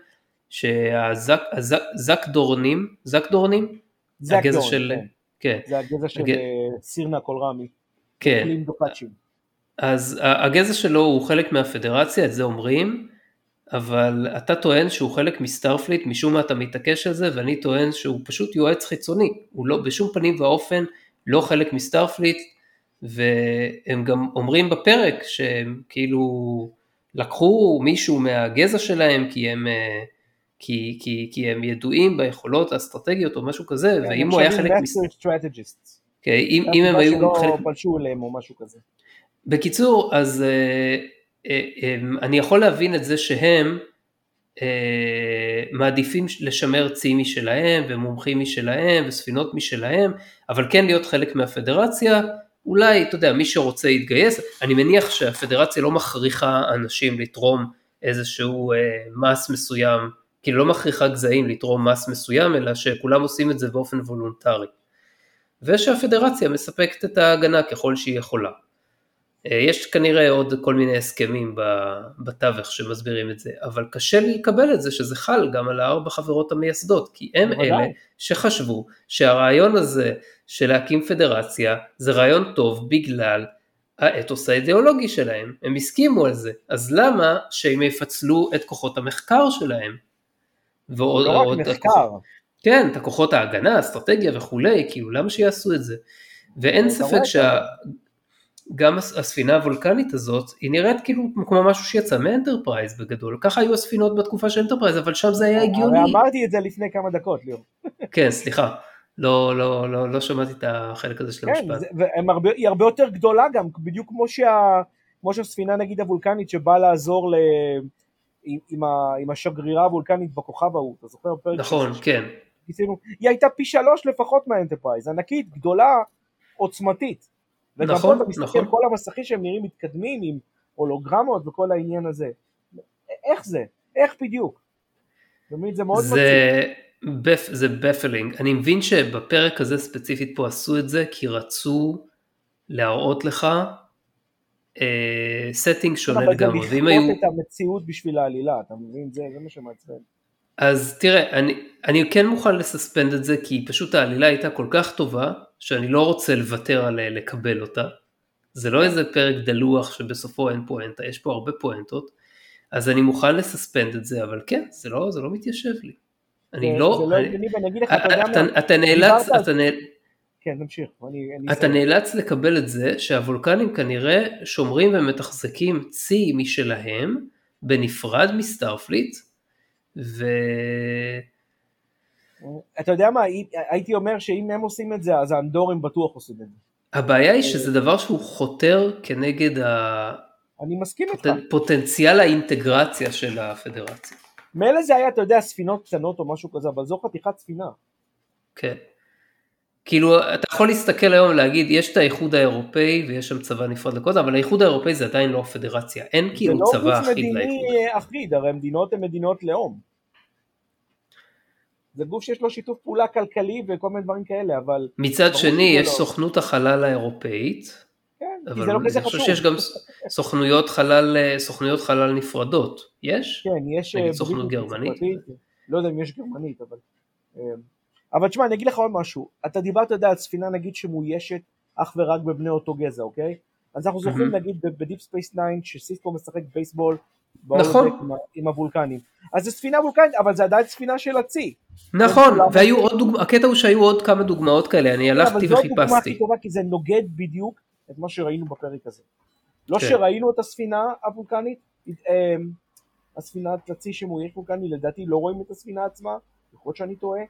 שהזק דורנים, זק דורנים? זק דורן, כן. זה הגזע של סירנה קולרמי. כן. אז הגזע שלו הוא חלק מהפדרציה, את זה אומרים, אבל אתה טוען שהוא חלק מסטארפליט, משום מה אתה מתעקש על זה, ואני טוען שהוא פשוט יועץ חיצוני, הוא לא, בשום פנים ואופן לא חלק מסטארפליט, והם גם אומרים בפרק שהם כאילו לקחו מישהו מהגזע שלהם, כי הם, כי, כי, כי הם ידועים ביכולות האסטרטגיות או משהו כזה, כן, ואם הוא היה חלק מסטארפליט, כן, אם, אם הם היו חלק... פלשו אליהם או משהו כזה. בקיצור, אז אני יכול להבין את זה שהם מעדיפים לשמר צי משלהם ומומחים משלהם וספינות משלהם, אבל כן להיות חלק מהפדרציה, אולי, אתה יודע, מי שרוצה להתגייס, אני מניח שהפדרציה לא מכריחה אנשים לתרום איזשהו מס מסוים, כאילו לא מכריחה גזעים לתרום מס מסוים, אלא שכולם עושים את זה באופן וולונטרי, ושהפדרציה מספקת את ההגנה ככל שהיא יכולה. יש כנראה עוד כל מיני הסכמים בתווך שמסבירים את זה, אבל קשה לי לקבל את זה שזה חל גם על הארבע חברות המייסדות, כי הם אלה שחשבו שהרעיון הזה של להקים פדרציה זה רעיון טוב בגלל האתוס האידיאולוגי שלהם, הם הסכימו על זה, אז למה שהם יפצלו את כוחות המחקר שלהם? ועוד, לא רק מחקר. הכוחות, כן, את הכוחות ההגנה, אסטרטגיה וכולי, כאילו למה שיעשו את זה? ואין ספק שה... גם הספינה הוולקנית הזאת, היא נראית כאילו כמו משהו שיצא מאנטרפרייז בגדול, ככה היו הספינות בתקופה של אנטרפרייז, אבל שם זה היה הגיוני. הרי אמרתי את זה לפני כמה דקות, ליאור. כן, סליחה, לא, לא, לא, לא שמעתי את החלק הזה של המשפט. כן, והיא הרבה יותר גדולה גם, בדיוק כמו, שה, כמו שהספינה נגיד הוולקנית, שבאה לעזור ל, עם, עם, ה, עם השגרירה הוולקנית בכוכב ההוא, אתה זוכר? נכון, כן. היא הייתה פי שלוש לפחות מהאנטרפרייז, ענקית, גדולה, עוצמתית. וגם נכון, פה אתה מסתכל נכון. כל המסכים שהם נראים מתקדמים עם הולוגרמות וכל העניין הזה. איך זה? איך בדיוק? תמיד זה מאוד זה, בפ, זה בפלינג. אני מבין שבפרק הזה ספציפית פה עשו את זה, כי רצו להראות לך אה, סטינג שונה לגמרי. אבל זה לכפות היו... את המציאות בשביל העלילה, אתה מבין? זה, זה מה שמעצבן. אז תראה, אני, אני כן מוכן לסספנד את זה, כי פשוט העלילה הייתה כל כך טובה, שאני לא רוצה לוותר עליה לקבל אותה. זה לא איזה פרק דלוח שבסופו אין פואנטה, יש פה הרבה פואנטות, אז אני מוכן לסספנד את זה, אבל כן, זה לא, זה לא מתיישב לי. אני לא... זה לא הגיוני, ואני אגיד לך, אתה יודע מה... אתה נאלץ, אתה נאלץ... כן, תמשיך. אתה נאלץ לקבל את זה, שהוולקנים כנראה שומרים ומתחזקים צי משלהם, בנפרד מסטארפליט, ו... אתה יודע מה, הייתי אומר שאם הם עושים את זה, אז האנדורים בטוח עושים את זה. הבעיה היא שזה דבר שהוא חותר כנגד אני מסכים איתך. פוטנציאל האינטגרציה של הפדרציה. מאלה זה היה, אתה יודע, ספינות קטנות או משהו כזה, אבל זו חתיכת ספינה. כן. כאילו, אתה יכול להסתכל היום ולהגיד, יש את האיחוד האירופאי ויש שם צבא נפרד לכל זה, אבל האיחוד האירופאי זה עדיין לא הפדרציה. אין כאילו צבא אחיד לאיחוד. זה לא גוף מדיני אחיד, הרי המדינות הן מדינות לאום. זה גוף שיש לו שיתוף פעולה כלכלי וכל מיני דברים כאלה, אבל... מצד שני, יש לא. סוכנות החלל האירופאית, כן, אבל זה לא כזה חשוב. אני חושב שיש גם סוכנויות חלל, סוכנויות חלל נפרדות. יש? כן, יש... נגיד סוכנות גרמנית. לא יודע אם יש גרמנית, אבל... אבל תשמע, אני אגיד לך עוד משהו. אתה דיברת, יודע, על ספינה נגיד שמוישת אך ורק בבני אותו גזע, אוקיי? אז אנחנו זוכרים נגיד בדיפ ספייס ניין, שסיסקו משחק בייסבול, נכון. עם, עם הוולקנים. אז זה ספינה וולקנית, אבל זה עדיין ספינה של הצי. נכון, והיו עוד דוגמא, הקטע הוא שהיו עוד כמה דוגמאות כאלה, אני הלכתי וחיפשתי. אבל זו הדוגמה הכי טובה, כי זה נוגד בדיוק את מה שראינו בפרק הזה. לא שראינו את הספינה הוולקנית, הספינת הצי שמויש וולקני, לדעתי לא רואים את הספינה עצמה, יכול להיות שאני טועה,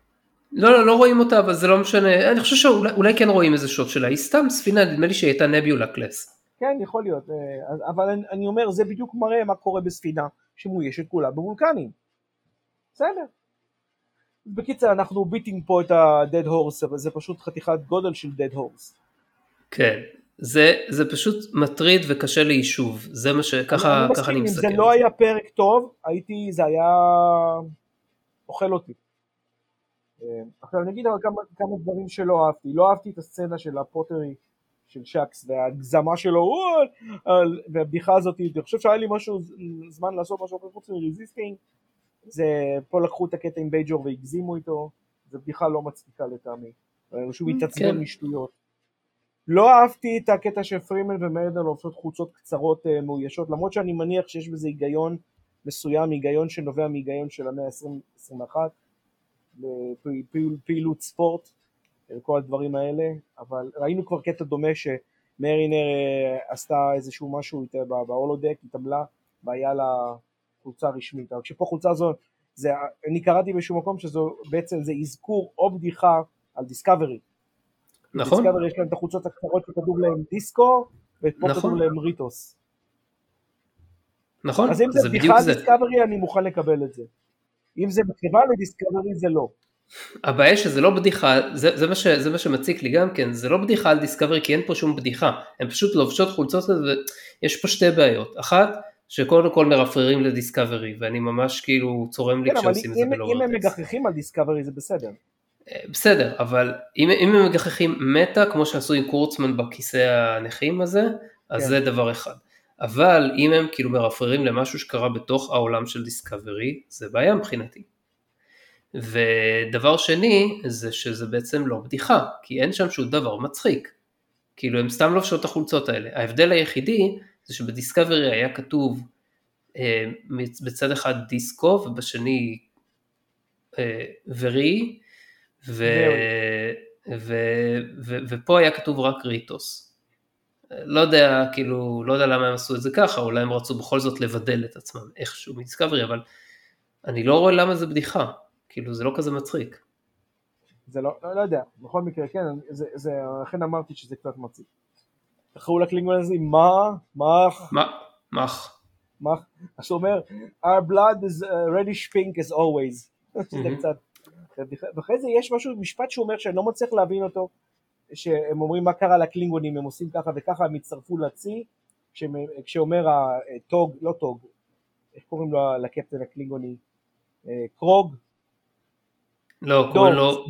לא, לא, לא רואים אותה, אבל זה לא משנה, אני חושב שאולי כן רואים איזה שוט שלה, היא סתם ספינה, נדמה לי שהיא הייתה נביולה קלאס. כן, יכול להיות, אבל אני אומר, זה בדיוק מראה מה קורה בספינה שמוישת כולה בוולקנים. בסדר. בקיצר, אנחנו ביטינג פה את ה-dead horse, אבל זה פשוט חתיכת גודל של dead horse. כן, זה, זה פשוט מטריד וקשה ליישוב, זה מה שככה, אני, אני ככה אני מסכים, מסכם. אם זה לא היה פרק טוב, הייתי, זה היה אוכל אותי. עכשיו אני אגיד אבל כמה, כמה דברים שלא אהבתי, לא אהבתי את הסצנה של הפוטרי של שקס והגזמה שלו, והבדיחה הזאת, אני חושב שהיה לי משהו, זמן לעשות משהו חוץ מריזיסטינג, זה פה לקחו את הקטע עם בייג'ור והגזימו איתו, זו בדיחה לא מצדיקה לטעמי, שהוא התעצבן משטויות. לא אהבתי את הקטע של פרימן ומרדל עושות חוצות קצרות מאוישות, למרות שאני מניח שיש בזה היגיון מסוים, היגיון שנובע מהיגיון של המאה ה-עשרים עשרים ואחת, לפעילות ספורט, כל הדברים האלה, אבל ראינו כבר קטע דומה שמרינר עשתה איזשהו משהו איתה בהולודק, התעמלה, והיה לה חולצה רשמית, אבל כשפה חולצה זו, זה, אני קראתי בשום מקום שזו בעצם זה אזכור או בדיחה על דיסקאברי. נכון. דיסקאברי יש להם את החולצות הקצרות שכתוב להם דיסקו, ופה נכון. כתוב להם ריטוס. נכון, אז אם זה בדיחה על דיסקאברי אני מוכן לקבל את זה. אם זה מכיבה לדיסקאברי זה לא. הבעיה שזה לא בדיחה, זה, זה, מה ש, זה מה שמציק לי גם כן, זה לא בדיחה על דיסקאברי כי אין פה שום בדיחה, הם פשוט לובשות חולצות כזה, ויש פה שתי בעיות, אחת, שקודם כל מרפררים לדיסקאברי, ואני ממש כאילו צורם לי כן, כשעושים את זה בלורדקס. אם הם מגחכים על דיסקאברי זה בסדר. בסדר, אבל אם, אם הם מגחכים מטה, כמו שעשו עם קורצמן בכיסא הנכים הזה, אז כן. זה דבר אחד. אבל אם הם כאילו מרפררים למשהו שקרה בתוך העולם של דיסקאברי, זה בעיה מבחינתי. ודבר שני, זה שזה בעצם לא בדיחה, כי אין שם שום דבר מצחיק. כאילו הם סתם לובשות את החולצות האלה. ההבדל היחידי, זה שבדיסקאברי היה כתוב, אה, בצד אחד דיסקו, ובשני אה, ורי, ו... ו... ו... ופה היה כתוב רק ריטוס. לא יודע, כאילו, לא יודע למה הם עשו את זה ככה, אולי הם רצו בכל זאת לבדל את עצמם איכשהו מדיסקאברי, אבל אני לא רואה למה זה בדיחה, כאילו זה לא כזה מצחיק. זה לא, לא, לא יודע, בכל מקרה, כן, זה, זה, לכן אמרתי שזה קצת מצחיק. תחרו לקלינגון הזה, מה? מח? מה? מח. מח? אז הוא אומר, our blood is uh, reddish pink as always. שזה קצת. ואחרי זה יש משהו, משפט שהוא אומר שאני לא מצליח להבין אותו, שהם אומרים מה קרה לקלינגונים, הם עושים ככה וככה, הם הצטרפו לצי, כשאומר הטוג, לא טוג, איך קוראים לו לקפטן הקלינגוני? קרוג? לא, קוראים לו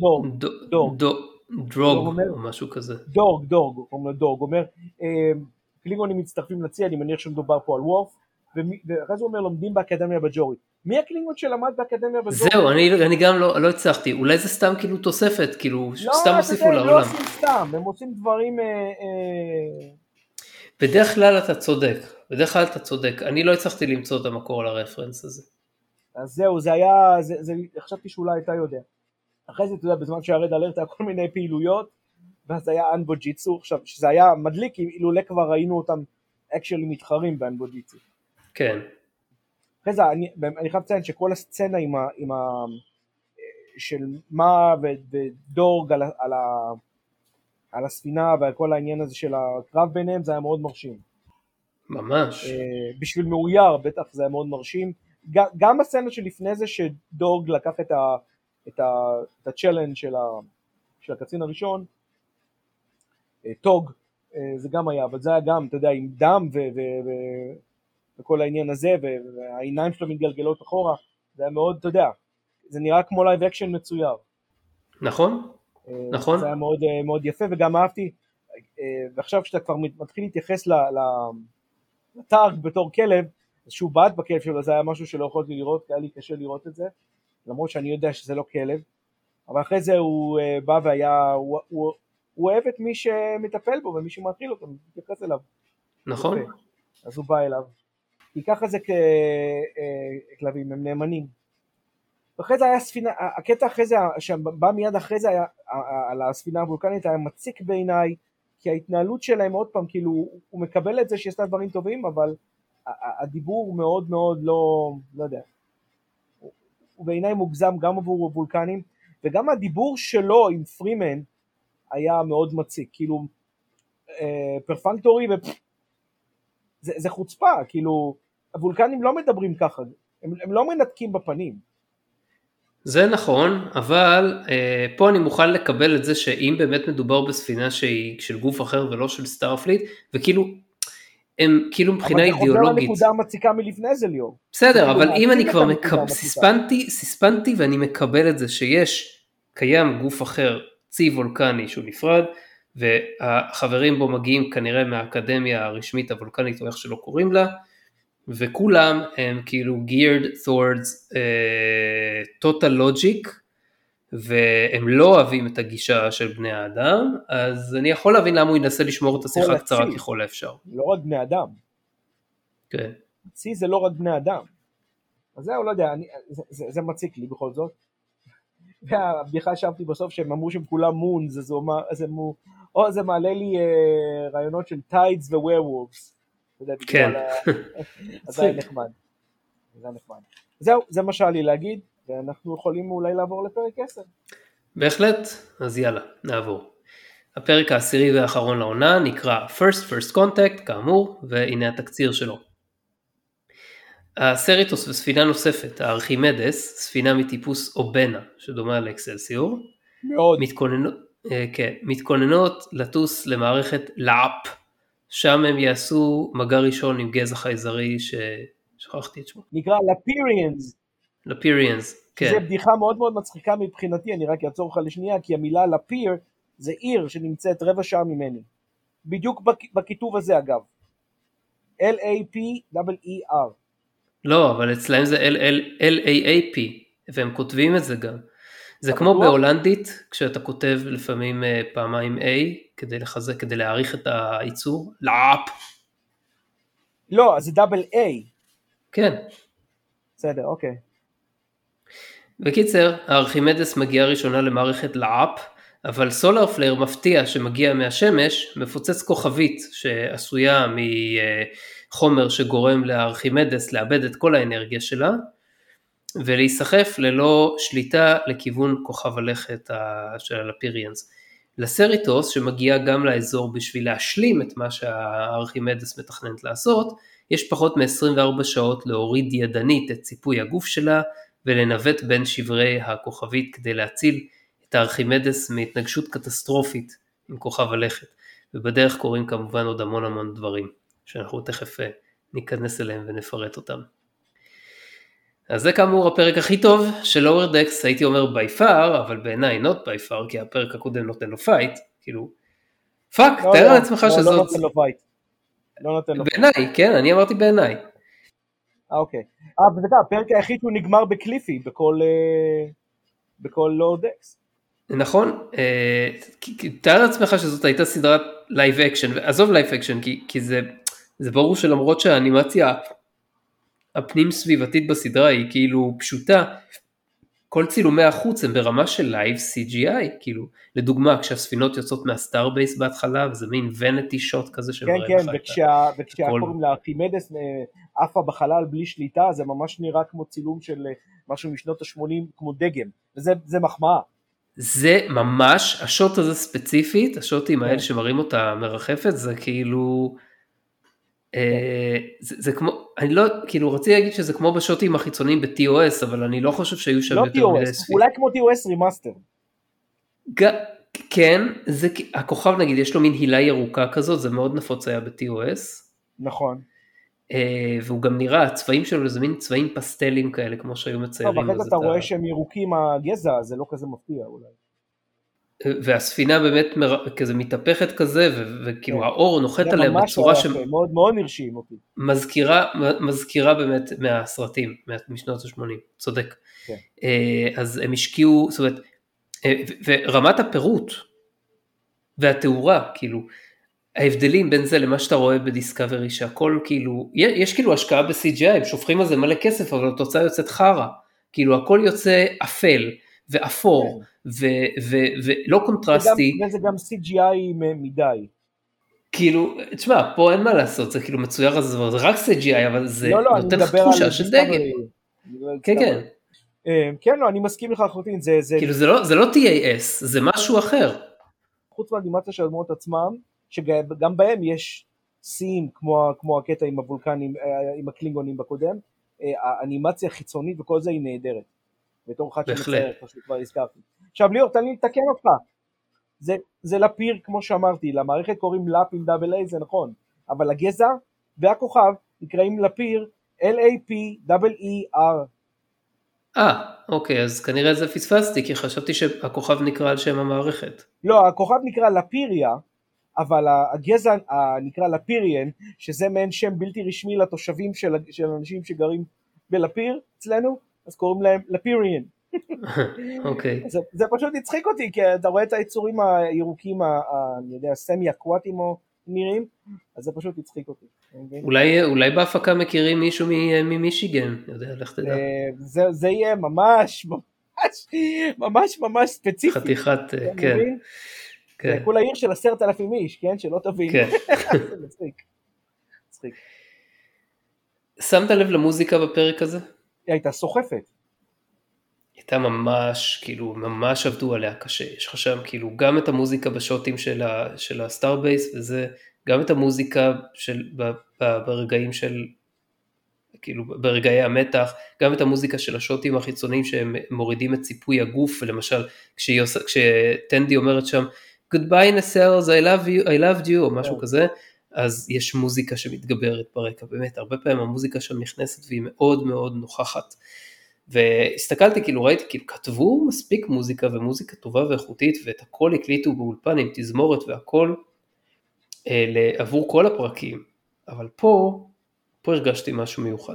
דרוג או משהו כזה. דורג, דורג, קוראים לו דורג, הוא אומר, קלינגונים מצטרפים לצי, אני מניח שמדובר פה על וורף, ואחרי זה הוא אומר, לומדים באקדמיה בג'ורית. מי הקלינגון שלמד באקדמיה בג'ורית? זהו, אני, אני גם לא, לא הצלחתי, אולי זה סתם כאילו תוספת, כאילו, לא, סתם הוסיפו לעולם. לא, הם לא עושים סתם, הם עושים דברים... אה, אה... בדרך כלל אתה צודק, בדרך כלל אתה צודק, אני לא הצלחתי למצוא את המקור לרפרנס הזה. אז זהו, זה היה, זה, זה, חשבתי שאולי אתה יודע. אחרי זה, אתה יודע, בזמן שהרד אלרט היה כל מיני פעילויות, ואז היה אנבוג'יצו, עכשיו, שזה היה מדליק, אילולא כבר ראינו אותם אקשלי מתחרים באנבוג'יצו. כן. אחרי זה, אני, אני חייב לציין שכל הסצנה עם ה... עם ה של מה ודורג על, על, ה, על הספינה וכל העניין הזה של הקרב ביניהם, זה היה מאוד מרשים. ממש. בשביל מאויר, בטח זה היה מאוד מרשים. גם הסצנה שלפני זה שדורג לקח את ה... את ה... את הצ'לנג' של, ה, של הקצין הראשון, טוג, זה גם היה, אבל זה היה גם, אתה יודע, עם דם ו... ו, ו וכל העניין הזה, והעיניים שלו מתגלגלות אחורה, זה היה מאוד, אתה יודע, זה נראה כמו לייב אקשן מצויר. נכון, נכון. זה היה מאוד, מאוד יפה, וגם אהבתי, ועכשיו כשאתה כבר מתחיל להתייחס לטארק בתור כלב, שהוא בעט בכלב שלו, זה היה משהו שלא יכולתי לראות, כי היה לי קשה לראות את זה, למרות שאני יודע שזה לא כלב, אבל אחרי זה הוא בא והיה, הוא, הוא, הוא אוהב את מי שמטפל בו, ומי שמאכיל אותו, מתייחס אליו. נכון. אז הוא בא אליו. כי ככה זה ככלבים, הם נאמנים. ואחרי זה היה ספינה, הקטע אחרי זה, שבא מיד אחרי זה היה, על הספינה הוולקנית, היה מציק בעיניי, כי ההתנהלות שלהם עוד פעם, כאילו, הוא מקבל את זה שעשתה דברים טובים, אבל הדיבור מאוד מאוד לא, לא יודע, הוא בעיניי מוגזם גם עבור וולקנים, וגם הדיבור שלו עם פרימן היה מאוד מציק, כאילו, פרפנקטורי, זה, זה חוצפה, כאילו, הוולקנים לא מדברים ככה, הם, הם לא מנתקים בפנים. זה נכון, אבל אה, פה אני מוכן לקבל את זה שאם באמת מדובר בספינה שהיא של גוף אחר ולא של סטארפליט, וכאילו, הם כאילו מבחינה אידיאולוגית. אבל זה חוזר לנקודה המציקה מלפני זה ליאור. בסדר, אבל אם אני כבר מקב... סיספנתי, סיספנתי ואני מקבל את זה שיש, קיים גוף אחר, צי וולקני שהוא נפרד, והחברים בו מגיעים כנראה מהאקדמיה הרשמית הוולקנית או איך שלא קוראים לה, וכולם הם כאילו geared towards uh, total logic, והם לא אוהבים את הגישה של בני האדם, אז אני יכול להבין למה הוא ינסה לשמור את השיחה קצרה ככל האפשר. לא רק בני אדם. כן. צי זה לא רק בני אדם. אז זהו, לא יודע, אני, זה, זה, זה מציק לי בכל זאת. והבדיחה שבתי בסוף שהם אמרו שהם כולם מונס, אז הוא אמר, אז הם אמרו, או זה מעלה לי אה, רעיונות של טיידס ווירוולפס. כן. אז זה היה נחמד. זה היה נחמד. זהו, זה מה שהיה לי להגיד, ואנחנו יכולים אולי לעבור לפרק עשר. בהחלט, אז יאללה, נעבור. הפרק העשירי והאחרון לעונה נקרא First First Contact, כאמור, והנה התקציר שלו. הסריטוס וספינה נוספת, הארכימדס, ספינה מטיפוס אובנה, שדומה לאקסלסיור, מאוד. מתכוננות, כן, מתכוננות לטוס למערכת לאפ, שם הם יעשו מגע ראשון עם גזע חייזרי ששכחתי את שמו. נקרא לפיריאנס. לפיריאנס, כן. זה בדיחה מאוד מאוד מצחיקה מבחינתי, אני רק אעצור לך לשנייה, כי המילה לפיר זה עיר שנמצאת רבע שעה ממני. בדיוק בכיתוב הזה אגב. L A P E R. לא, אבל אצלהם זה L A A P, והם כותבים את זה גם. זה כמו בהולנדית, כשאתה כותב לפעמים פעמיים A, כדי לחזק, כדי להעריך את הייצור, לאפ. לא, זה דאבל A. כן. בסדר, אוקיי. בקיצר, הארכימדס מגיעה ראשונה למערכת לאפ, אבל סולר פלייר מפתיע שמגיע מהשמש, מפוצץ כוכבית שעשויה מחומר שגורם לארכימדס לאבד את כל האנרגיה שלה, ולהיסחף ללא שליטה לכיוון כוכב הלכת של הלפיריאנס. לסריטוס שמגיע גם לאזור בשביל להשלים את מה שהארכימדס מתכננת לעשות, יש פחות מ-עשרים וארבע שעות להוריד ידנית את ציפוי הגוף שלה, ולנווט בין שברי הכוכבית כדי להציל את הארכימדס מהתנגשות קטסטרופית עם כוכב הלכת. ובדרך קורים כמובן עוד המון המון דברים, שאנחנו תכף ניכנס אליהם ונפרט אותם. אז זה כאמור הפרק הכי טוב של Lower Decks, הייתי אומר by far, אבל בעיניי not by far, כי הפרק הקודם נותן לו פייט, כאילו, פאק, תאר לעצמך שזאת... לא נותן לו פייט. לא נותן לו פייט. בעיניי, כן, אני אמרתי בעיניי. אה, אוקיי. אה, בדקה, הפרק היחיד הוא נגמר בקליפי, בכל, בכל Lower Decks. נכון, תאר לעצמך שזאת הייתה סדרת לייב אקשן, עזוב לייב אקשן, כי זה, זה ברור שלמרות שהאנימציה הפנים סביבתית בסדרה היא כאילו פשוטה, כל צילומי החוץ הם ברמה של לייב סי ג'י איי, כאילו, לדוגמה, כשהספינות יוצאות מהסטארבייס בהתחלה, וזה מין ונטי שוט כזה שמראה כן, כן, וכשהיה קוראים לארכימדס עפה בחלל בלי שליטה, זה ממש נראה כמו צילום של משהו משנות ה-שמונים, כמו דגם, וזה מחמאה. זה ממש, השוט הזה ספציפית, השוטים האלה שמראים אותה מרחפת, זה כאילו, זה כמו, אני לא, כאילו רציתי להגיד שזה כמו בשוטים החיצוניים ב-טי או אס, אבל אני לא חושב שהיו שם יותר מדי ספינות. אולי כמו טי או אס רימאסטר. כן, הכוכב נגיד, יש לו מין הילה ירוקה כזאת, זה מאוד נפוץ היה ב-טי או אס. נכון. והוא גם נראה, הצבעים שלו זה מין צבעים פסטלים כאלה, כמו שהיו מציירים. אבל אחרי אתה רואה שהם ירוקים הגזע, זה לא כזה מפתיע אולי. והספינה באמת כזה מתהפכת כזה, וכאילו האור נוחת עליה בצורה שמאוד מאוד נרשים אותי. מזכירה באמת מהסרטים, משנות ה-שמונים, צודק. אז הם השקיעו, זאת אומרת, ורמת הפירוט והתאורה, כאילו, ההבדלים בין זה למה שאתה רואה בדיסקאברי, שהכל כאילו, יש כאילו השקעה ב-סי ג'י איי, הם שופכים על זה מלא כסף, אבל התוצאה יוצאת חרה, כאילו הכל יוצא אפל ואפור, ולא קונטרסטי. וזה גם סי ג'י איי מדי. כאילו, תשמע, פה אין מה לעשות, זה כאילו מצויר, זה רק סי ג'י איי, אבל זה נותן לך תחושה של דגם. כן, כן. כן, לא, אני מסכים לך לחלוטין, זה, זה... כאילו זה לא, זה לא טי איי אס, זה משהו אחר. חוץ מהאנימציה של הדמות עצמם, שגם בהם יש סיים, כמו, כמו הקטע עם הוולקנים, עם הקלינגונים בקודם, האנימציה חיצונית וכל זה היא נהדרת. בתור אחד שמצייר, כמו שכבר הזכרתי. עכשיו ליאור, תן לי לתקן אותך. זה, זה לפיר, כמו שאמרתי, למערכת קוראים לפ עם דאבל איי, זה נכון. אבל הגזע והכוכב נקראים לפיר, L A P E R. אה, אוקיי, אז כנראה זה פספסתי, כי חשבתי שהכוכב נקרא על שם המערכת. לא, הכוכב נקרא לפיריה, אבל הגזע נקרא לפיריאן, שזה מעין שם בלתי רשמי לתושבים של, של אנשים שגרים בלפיר אצלנו, אז קוראים להם לפיריאן. אוקיי. זה, זה פשוט הצחיק אותי, כי אתה רואה את היצורים הירוקים, ה, ה, אני יודע, סמי אקוואטים או נראים, אז זה פשוט הצחיק אותי. אולי, אולי בהפקה מכירים מישהו ממישיגן, יודע, לך תדע. זה, זה יהיה ממש, ממש, ממש, ממש ספציפי. חתיכת, כן. זה כולה עיר של עשרת אלפים איש, כן? שלא תבין. כן. זה מצחיק. מצחיק. שמת לב למוזיקה בפרק הזה? היא הייתה סוחפת. הייתה ממש, כאילו, ממש עבדו עליה קשה. יש לך שם, כאילו, גם את המוזיקה בשוטים של, ה, של הסטארבייס, וזה, גם את המוזיקה של, ב, ב, ברגעים של, כאילו, ברגעי המתח, גם את המוזיקה של השוטים החיצוניים, שהם מורידים את ציפוי הגוף, ולמשל, כשטנדי אומרת שם, Goodbye Nessels, I love you, I loved you, או משהו כזה, אז יש מוזיקה שמתגברת ברקע, באמת, הרבה פעמים המוזיקה שם נכנסת, והיא מאוד מאוד נוכחת. והסתכלתי, כאילו ראיתי, כאילו כתבו מספיק מוזיקה ומוזיקה טובה ואיכותית, ואת הכל הקליטו באולפן עם תזמורת והכל, אה, עבור כל הפרקים, אבל פה, פה הרגשתי משהו מיוחד.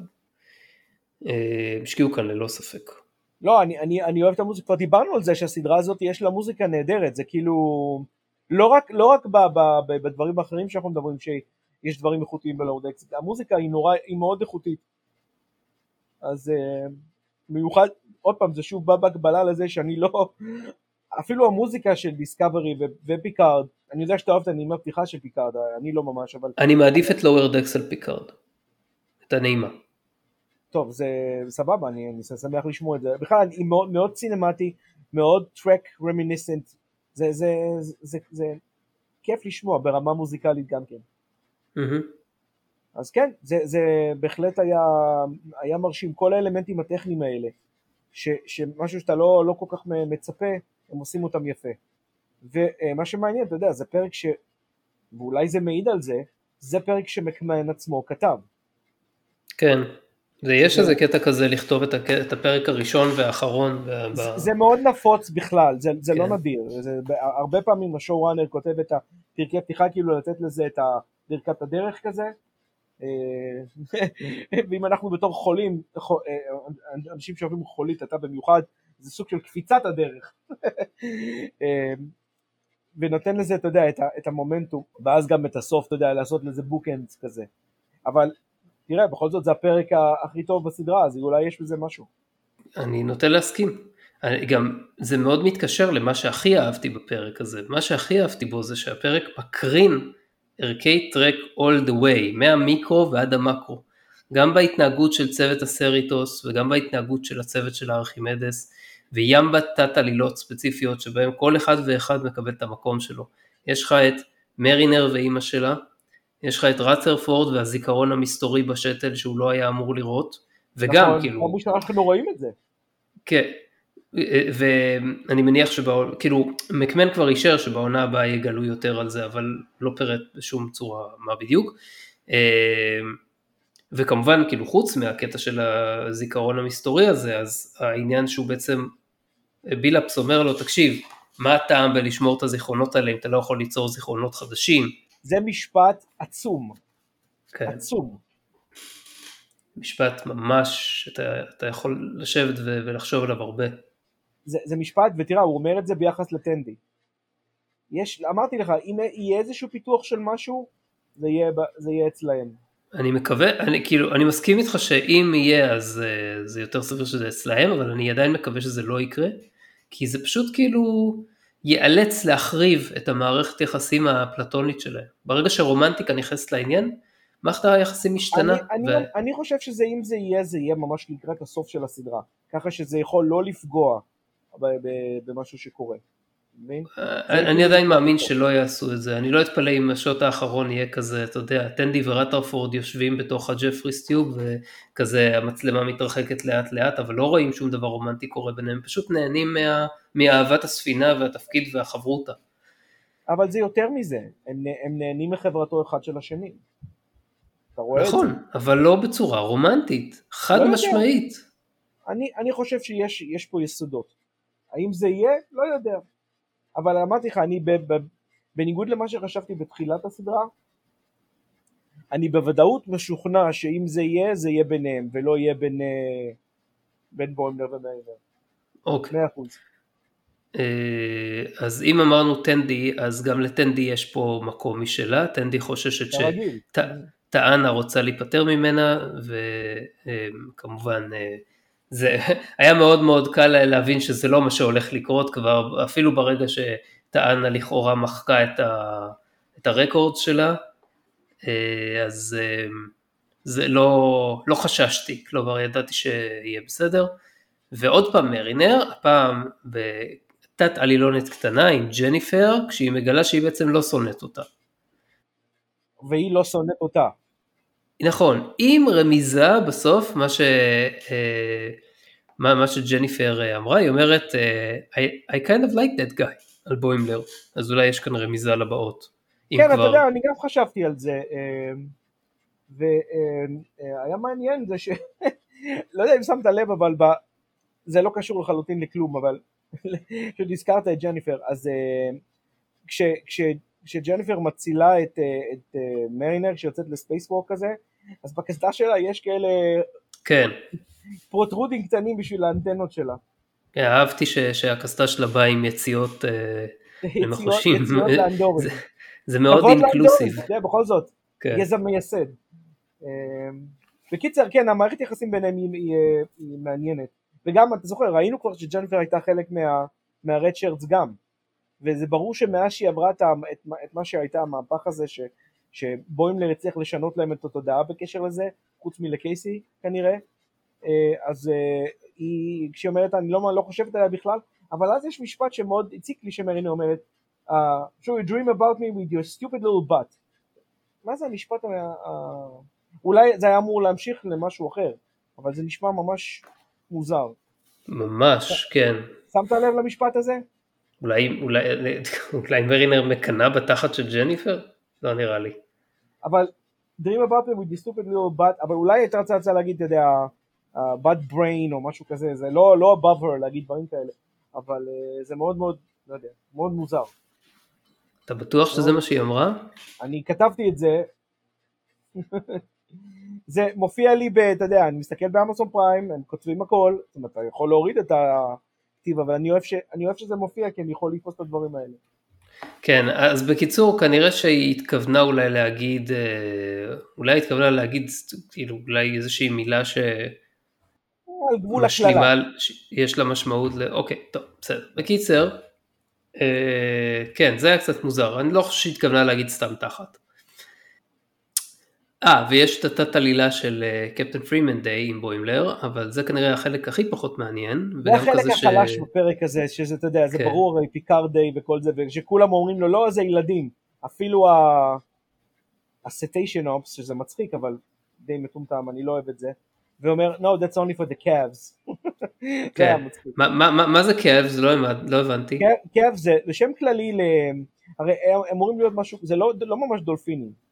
אה, השקיעו כאן ללא ספק. לא, אני, אני, אני אוהב את המוזיקה, כבר דיברנו על זה שהסדרה הזאת יש לה מוזיקה נהדרת, זה כאילו, לא רק, לא רק ב, ב, ב, בדברים האחרים שאנחנו מדברים, שיש דברים איכותיים בלורדקס, המוזיקה היא נורא, היא מאוד איכותית. אז אה, מיוחד, עוד פעם, זה שוב בא בהקבלה לזה שאני לא, אפילו המוזיקה של דיסקאברי ופיקארד, אני יודע שאתה אוהב את הנעימה פתיחה של פיקארד, אני לא ממש, אבל... אני מעדיף את לואוור דקס על פיקארד, את הנעימה. טוב, זה סבבה, אני, אני שמח לשמוע את זה. בכלל, היא מאוד, מאוד סינמטי, מאוד טרק רמיניסנט, זה, זה, זה, זה, זה כיף לשמוע ברמה מוזיקלית גם כן. Mm-hmm. אז כן, זה, זה בהחלט היה, היה מרשים, כל האלמנטים הטכניים האלה, ש, שמשהו שאתה לא, לא כל כך מצפה, הם עושים אותם יפה. ומה שמעניין, אתה יודע, זה פרק ש, ואולי זה מעיד על זה, זה פרק שמקמן עצמו כתב. כן. זה יש איזה קטע כזה לכתוב את, הקטע, את הפרק הראשון והאחרון. זה, ב... זה מאוד נפוץ בכלל, זה, זה כן. לא נדיר, זה, הרבה פעמים השואו ראנר כותב את הפרקי פתיחה, כאילו לתת לזה את ברכת הדרך כזה, ואם אנחנו בתור חולים, אנשים שאוהבים חולית, אתה במיוחד, זה סוג של קפיצת הדרך, ונותן לזה, אתה יודע, את, את המומנטום, ואז גם את הסוף, אתה יודע, לעשות לזה בוקאנדס כזה, אבל תראה, בכל זאת זה הפרק הכי טוב בסדרה, אז אולי יש בזה משהו. אני נוטה להסכים. אני, גם זה מאוד מתקשר למה שהכי אהבתי בפרק הזה. מה שהכי אהבתי בו זה שהפרק מקרין ערכי טרק all the way, מהמיקרו ועד המקרו. גם בהתנהגות של צוות הסריטוס, וגם בהתנהגות של הצוות של הארכימדס, וים בתת עלילות ספציפיות, שבהם כל אחד ואחד מקבל את המקום שלו. יש לך את מרינר ואימא שלה, יש לך את רת'רפורד והזיכרון המסתורי בשטל שהוא לא היה אמור לראות, וגם נכון, כאילו... נכון, אנחנו לא רואים את זה. כן, ואני מניח שבעונה, כאילו, מקמן כבר אישר שבעונה הבאה יגלו יותר על זה, אבל לא פרט בשום צורה מה בדיוק, וכמובן, כאילו, חוץ מהקטע של הזיכרון המסתורי הזה, אז העניין שהוא בעצם, בילאפס אומר לו, תקשיב, מה הטעם בלשמור את הזיכרונות האלה, אם אתה לא יכול ליצור זיכרונות חדשים? זה משפט עצום, כן. עצום. משפט ממש, אתה, אתה יכול לשבת ו- ולחשוב עליו הרבה. זה, זה משפט, ותראה, הוא אומר את זה ביחס לטנדי. יש, אמרתי לך, אם יהיה איזשהו פיתוח של משהו, זה יהיה, זה יהיה אצלהם. אני מקווה, אני, כאילו, אני מסכים איתך שאם יהיה, אז uh, זה יותר סביר שזה אצלהם, אבל אני עדיין מקווה שזה לא יקרה, כי זה פשוט כאילו ייאלץ להחריב את המערכת יחסים הפלטונית שלהם. ברגע שרומנטיקה נכנסת לעניין, מערכת היחסים משתנה. אני, ו... אני, אני חושב שזה אם זה יהיה, זה יהיה ממש לקראת הסוף של הסדרה. ככה שזה יכול לא לפגוע במשהו שקורה. אני עדיין מאמין שלא יעשו את זה, אני לא אתפלא אם השוט האחרון יהיה כזה, אתה יודע, טנדי ורטרפורד יושבים בתוך הג'פריס טיוב, וכזה המצלמה מתרחקת לאט לאט, אבל לא רואים שום דבר רומנטי קורה ביניהם, פשוט נהנים מה, מאהבת הספינה והתפקיד והחברותה. אבל זה יותר מזה, הם, הם נהנים מחברתו אחד של השני. אתה רואה נכון, את זה? אבל לא בצורה רומנטית, חד לא משמעית. אני, אני חושב שיש יש פה יסודות. האם זה יהיה? לא יודע. אבל אמרתי לך, אני ב, ב, בניגוד למה שחשבתי בתחילת הסדרה, אני בוודאות משוכנע שאם זה יהיה, זה יהיה ביניהם, ולא יהיה בין, בין בוימלר ומריינר. אוקיי. מאה אחוז. אז אם אמרנו טנדי, אז גם לטנדי יש פה מקום משלה, טנדי חוששת שטענה רוצה להיפטר ממנה, וכמובן זה היה מאוד מאוד קל להבין שזה לא מה שהולך לקרות כבר, אפילו ברגע שטענה לכאורה מחקה את, ה, את הרקורד שלה, אז זה לא, לא חששתי, כלומר ידעתי שיהיה בסדר, ועוד פעם מרינר, הפעם בתת עלילונת קטנה עם ג'ניפר, כשהיא מגלה שהיא בעצם לא שונאת אותה. והיא לא שונאת אותה. נכון, עם רמיזה בסוף, מה ש... מה, מה שג'ניפר אמרה, היא אומרת, I, I kind of like that guy, על בוימלר, אז אולי יש כאן רמיזה לבאות. כן, אתה כבר... יודע, אני גם חשבתי על זה, והיה מעניין זה ש... לא יודע אם שמת לב, אבל ב... זה לא קשור לחלוטין לכלום, אבל כשהזכרת את ג'ניפר, אז כש... כש... כשג'ניפר מצילה את, את מרינר שיוצאת לספייס וורק כזה, אז בקסדה שלה יש כאלה כן. פרוטרודים קטנים בשביל האנטנות שלה. כן, אהבתי ש, שהקסדה שלה באה עם יציאות למחושים. יציאות לאנדורים. זה, זה מאוד אינקלוסיב. זה בכל זאת, כן. יזם מייסד. בקיצר, כן, המערכת יחסים ביניהם היא, היא, היא מעניינת. וגם, אתה זוכר, ראינו כבר שג'ניפר הייתה חלק מה, מהרד שרץ גם. וזה ברור שמאז שהיא עברה את, את, את מה שהייתה המהפך הזה, ש, שבוימלר הצליח לשנות להם את התודעה בקשר לזה, חוץ מלקייסי כנראה, אז היא, כשהיא אומרת, אני לא, לא חושבת עליה בכלל, אבל אז יש משפט שמאוד הציק לי שמרינה אומרת, uh, so you dream about me with your stupid little butt. מה זה המשפט? Uh, אולי זה היה אמור להמשיך למשהו אחר, אבל זה נשמע ממש מוזר. ממש, כן. שמת לב למשפט הזה? אולי, אולי, אולי מרינר מקנה בתחת של ג'ניפר? לא נראה לי. אבל dream about me with your stupid little butt, אבל אולי הייתה רצה להגיד, אתה יודע, uh, butt brain או משהו כזה, זה לא, לא above her להגיד דברים כאלה, אבל uh, זה מאוד מאוד, לא יודע, מאוד מוזר. אתה בטוח שזה מה שהיא אמרה? אני כתבתי את זה, זה מופיע לי, אתה יודע, אני מסתכל באמזון פריים, הם כותבים הכל, זאת אומרת, אתה יכול להוריד את הכתיב, אבל אני אוהב, ש... אני אוהב שזה מופיע, כי אני יכול לתפוס את הדברים האלה. כן, אז בקיצור, כנראה שהיא התכוונה אולי להגיד, אולי התכוונה להגיד, כאילו, אולי איזושהי מילה ש... על גבול הכללה. יש לה משמעות ל... אוקיי, טוב, בסדר. בקיצר, כן, זה היה קצת מוזר, אני לא חושב שהתכוונה להגיד סתם תחת. אה, ויש את התת עלילה של קפטן פרימן דיי עם בוימלר, אבל זה כנראה החלק הכי פחות מעניין. זה החלק החלש ש... בפרק הזה, שזה, אתה יודע, זה כן. ברור, פיקארד דיי וכל זה, ושכולם אומרים לו, לא, זה ילדים, אפילו הסטיישן אופס, שזה מצחיק, אבל די מטומטם, אני לא אוהב את זה, ואומר, no, that's only for the calves. כן. מה, מה, מה זה calves? לא, לא הבנתי. calves זה, לשם כללי, ל... הרי הם אמורים להיות משהו, זה לא, לא ממש דולפינים.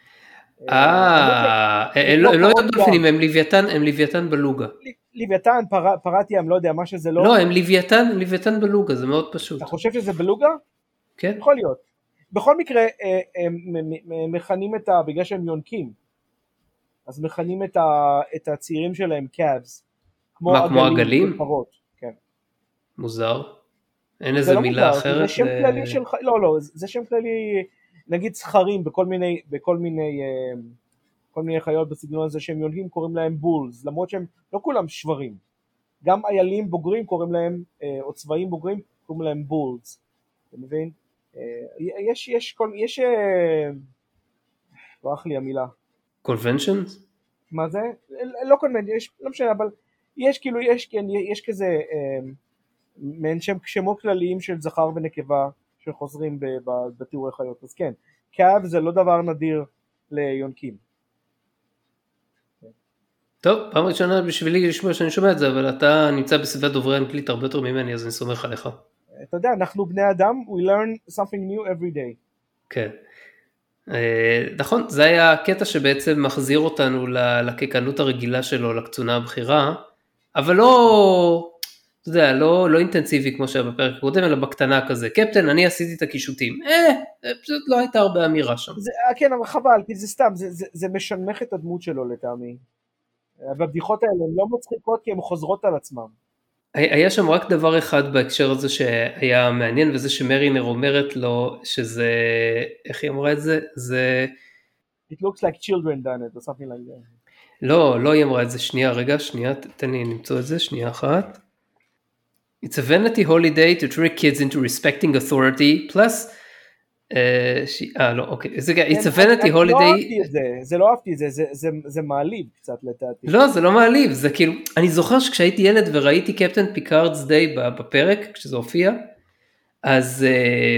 אה, הם לא דולפינים, הם לוויתן, הם לוויתן בלוגה. לוויתן, פרטיים, לא יודע, מה שזה לא. לא, הם לוויתן, הם לוויתן בלוגה, זה מאוד פשוט. אתה חושב שזה בלוגה? כן. יכול להיות. בכל מקרה, הם מכנים את ה... בגלל שהם יונקים, אז מכנים את הצעירים שלהם calves. מה, כמו עגלים? כן. מוזר. אין איזה מילה אחרת? זה שם כללי של... לא, לא, זה שם כללי... נגיד זכרים בכל מיני, בכל מיני, כל מיני חיות בסגנון הזה שהם יונקים קוראים להם בולס, למרות שהם לא כולם שברים. גם איילים בוגרים קוראים להם, או צבעים בוגרים קוראים להם בולס. אתה מבין? יש, יש, יש, יש, ברח לי המילה. Conventions? מה זה? לא conventions, יש, לא משנה, אבל יש כאילו, יש, כן, יש כזה, אה, מעין שם, שמות כלליים של זכר ונקבה שחוזרים ב- ב- בתיאורי חיות, אז כן, כאב זה לא דבר נדיר ליונקים. טוב, פעם ראשונה בשבילי לשמוע שאני שומע את זה, אבל אתה נמצא בסביבת דוברי אנגלית הרבה יותר ממני, אז אני סומך עליך. אתה יודע, אנחנו בני אדם, we learn something new every day. כן. נכון, זה היה הקטע שבעצם מחזיר אותנו לקקנות הרגילה שלו, לקצונה הבכירה, אבל לא, אתה יודע, לא, לא אינטנסיבי כמו שהיה בפרק הקודם, אלא בקטנה כזה. קפטן, אני עשיתי את הקישוטים. אה, פשוט לא הייתה הרבה אמירה שם. זה, כן, אבל חבל, כי זה סתם, זה, זה, זה משנמך את הדמות שלו לטעמי. והבדיחות האלה הן לא מצחיקות כי הן חוזרות על עצמם. היה שם רק דבר אחד בהקשר הזה שהיה מעניין, וזה שמרינר אומרת לו שזה, איך היא אמרה את זה? זה... It looks like children done it, or something like that. לא, לא היא אמרה את זה, שנייה, רגע, שנייה, תן לי למצוא את זה, שנייה אחת. It's a vanity holiday to trick kids into respecting authority, plus, אה, לא, אוקיי, זה, it's a vanity holiday. לא אהבתי את זה, זה לא אהבתי את זה, זה מעליב קצת לדעתי. לא, זה לא מעליב, זה כאילו, אני זוכר שכשהייתי ילד וראיתי קפטן פיקארדס דיי בפרק, כשזה הופיע, אז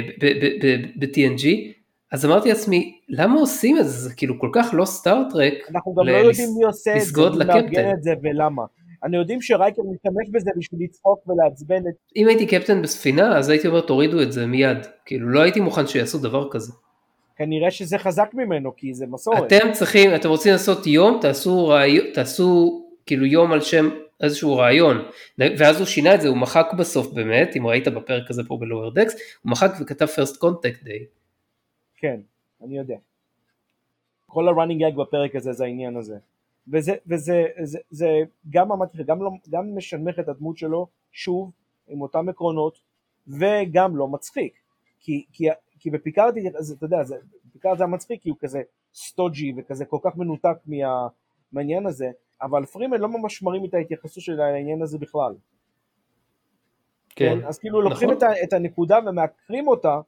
ב-טי אן ג'י, אז אמרתי לעצמי, למה עושים את זה? זה כאילו כל כך לא סטארטרק, אנחנו גם לא יודעים מי עושה את זה, מי מארגן את זה ולמה. אני יודעים שרייקר משתמש בזה בשביל לצחוק ולעצבן את... אם הייתי קפטן בספינה, אז הייתי אומר, תורידו את זה מיד. כאילו, לא הייתי מוכן שיעשו דבר כזה. כנראה שזה חזק ממנו, כי זה מסורת. אתם צריכים, אתם רוצים לעשות יום, תעשו, רעיון, תעשו כאילו יום על שם איזשהו רעיון. ואז הוא שינה את זה, הוא מחק בסוף באמת, אם ראית בפרק הזה פה בלואוור דקס, הוא מחק וכתב First Contact Day. כן, אני יודע. כל ה-running gag בפרק הזה זה העניין הזה. וזה, וזה, זה, זה גם אמרתי, גם לא, גם משנמך את הדמות שלו, שוב, עם אותם עקרונות, וגם לא מצחיק. כי, כי, כי בפיקארד, אתה יודע, זה, בפיקארד זה מצחיק, כי הוא כזה סטוג'י, וכזה כל כך מנותק מה, מהעניין הזה, אבל פרימן לא ממש מרים את ההתייחסות של העניין הזה בכלל. כן. אז כאילו לוקחים את, את הנקודה ומעקרים אותה,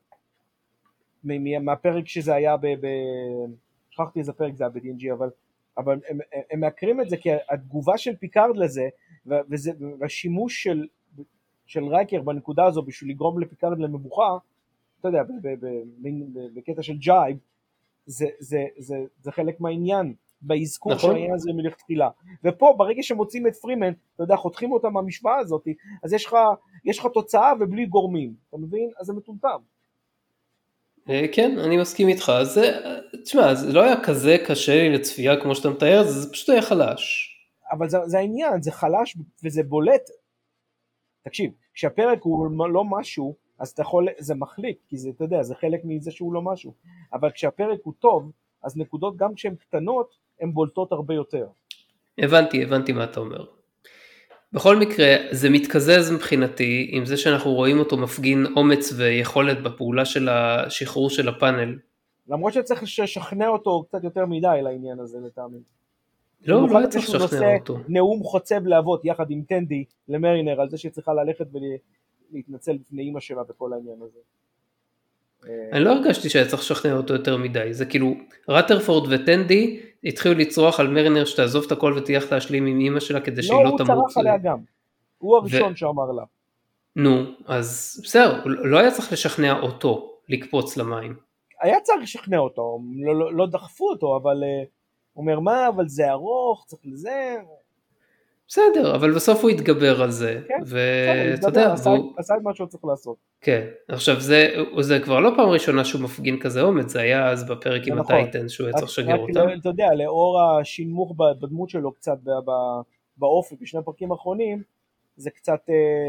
מהפרק שזה היה ב... ב שכחתי איזה פרק זה היה ב-די אן ג'י, אבל, אבל הם, הם, הם מעקרים את זה, כי התגובה של פיקארד לזה, וזה, והשימוש של, של רייקר בנקודה הזו, בשביל לגרום לפיקארד למבוכה, אתה יודע, בקטע של ג'ייב, זה, זה, זה, זה חלק מהעניין, בהזכור נכון. של העניין הזה מלכתחילה. ופה, ברגע שמוצאים את פרימן, אתה יודע, חותכים אותם מהמשוואה הזאת, אז יש לך, יש לך תוצאה ובלי גורמים, אתה מבין? אז זה מטומטם. כן, אני מסכים איתך, אז תשמע, זה לא היה כזה קשה לי לצפייה כמו שאתה מתאר, זה פשוט היה חלש. אבל זה, זה העניין, זה חלש וזה בולט. תקשיב, כשהפרק הוא לא משהו, אז אתה יכול, זה מחליק, כי זה, אתה יודע, זה חלק מזה שהוא לא משהו. אבל כשהפרק הוא טוב, אז נקודות גם כשהן קטנות, הן בולטות הרבה יותר. הבנתי, הבנתי מה אתה אומר. בכל מקרה, זה מתקזז מבחינתי עם זה שאנחנו רואים אותו מפגין אומץ ויכולת בפעולה של השחרור של הפאנל. למרות שצריך לשכנע אותו קצת יותר מדי לעניין הזה לטעמי. לא, לא צריך לשכנע אותו. נאום חוצב להבות יחד עם טנדי למרינר על זה שצריכה ללכת ולהתנצל בפני אמא שלה בכל העניין הזה. אני לא הרגשתי שהיה צריך לשכנע אותו יותר מדי, זה כאילו רטרפורד וטנדי התחילו לצרוח על מרינר שתעזוב את הכל ותלך להשלים עם אמא שלה כדי שהיא לא תמות. לא, הוא צרח עליה גם, הוא הראשון שאמר לה. נו, אז בסדר, לא היה צריך לשכנע אותו לקפוץ למים. היה צריך לשכנע אותו, לא דחפו אותו, אבל הוא אומר מה, אבל זה ארוך, צריך לזה... בסדר, אבל בסוף הוא יתגבר על זה, ואתה יודע, עשה את מה שהוא צריך לעשות. כן, עכשיו זה כבר לא פעם ראשונה שהוא מפגין כזה אומץ, זה היה אז בפרק עם הטייטנס שהוא היה צריך לשגר אותם. אתה יודע, לאור השינמוך בדמות שלו קצת באופי, בשני הפרקים האחרונים, זה קצת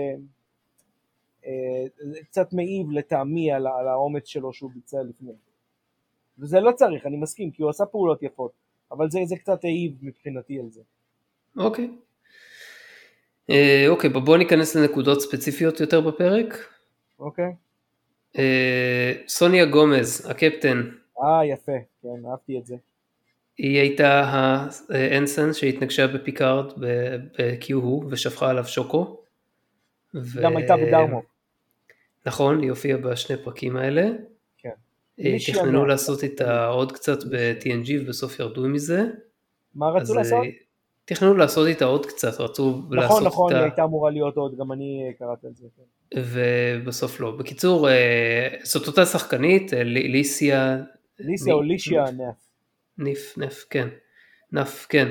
קצת מעיב לטעמי על האומץ שלו שהוא ביצע לפני. וזה לא צריך, אני מסכים, כי הוא עשה פעולות יפות, אבל זה קצת העיב מבחינתי על זה. אוקיי. אוקיי, בואו ניכנס לנקודות ספציפיות יותר בפרק. אוקיי. סוניה גומז, הקפטן. אה, יפה, כן, אהבתי את זה. היא הייתה האנסן שהתנגשה בפיקארד בקיו-הו ושפכה עליו שוקו. גם הייתה בדרמו. נכון, היא הופיעה בשני פרקים האלה. כן. תכננו לעשות איתה עוד קצת ב-טי אן ג'י ובסוף ירדו מזה. מה רצו לעשות? תכננו לעשות איתה עוד קצת, רצו נכון, לעשות נכון, היא איתה, הייתה אמורה להיות עוד, גם אני קראתי על זה. כן. ובסוף לא. בקיצור, זאת אותה שחקנית, ליסיה, ליסיה או מי? לישיה נף. ניף, נף, כן. נף, כן.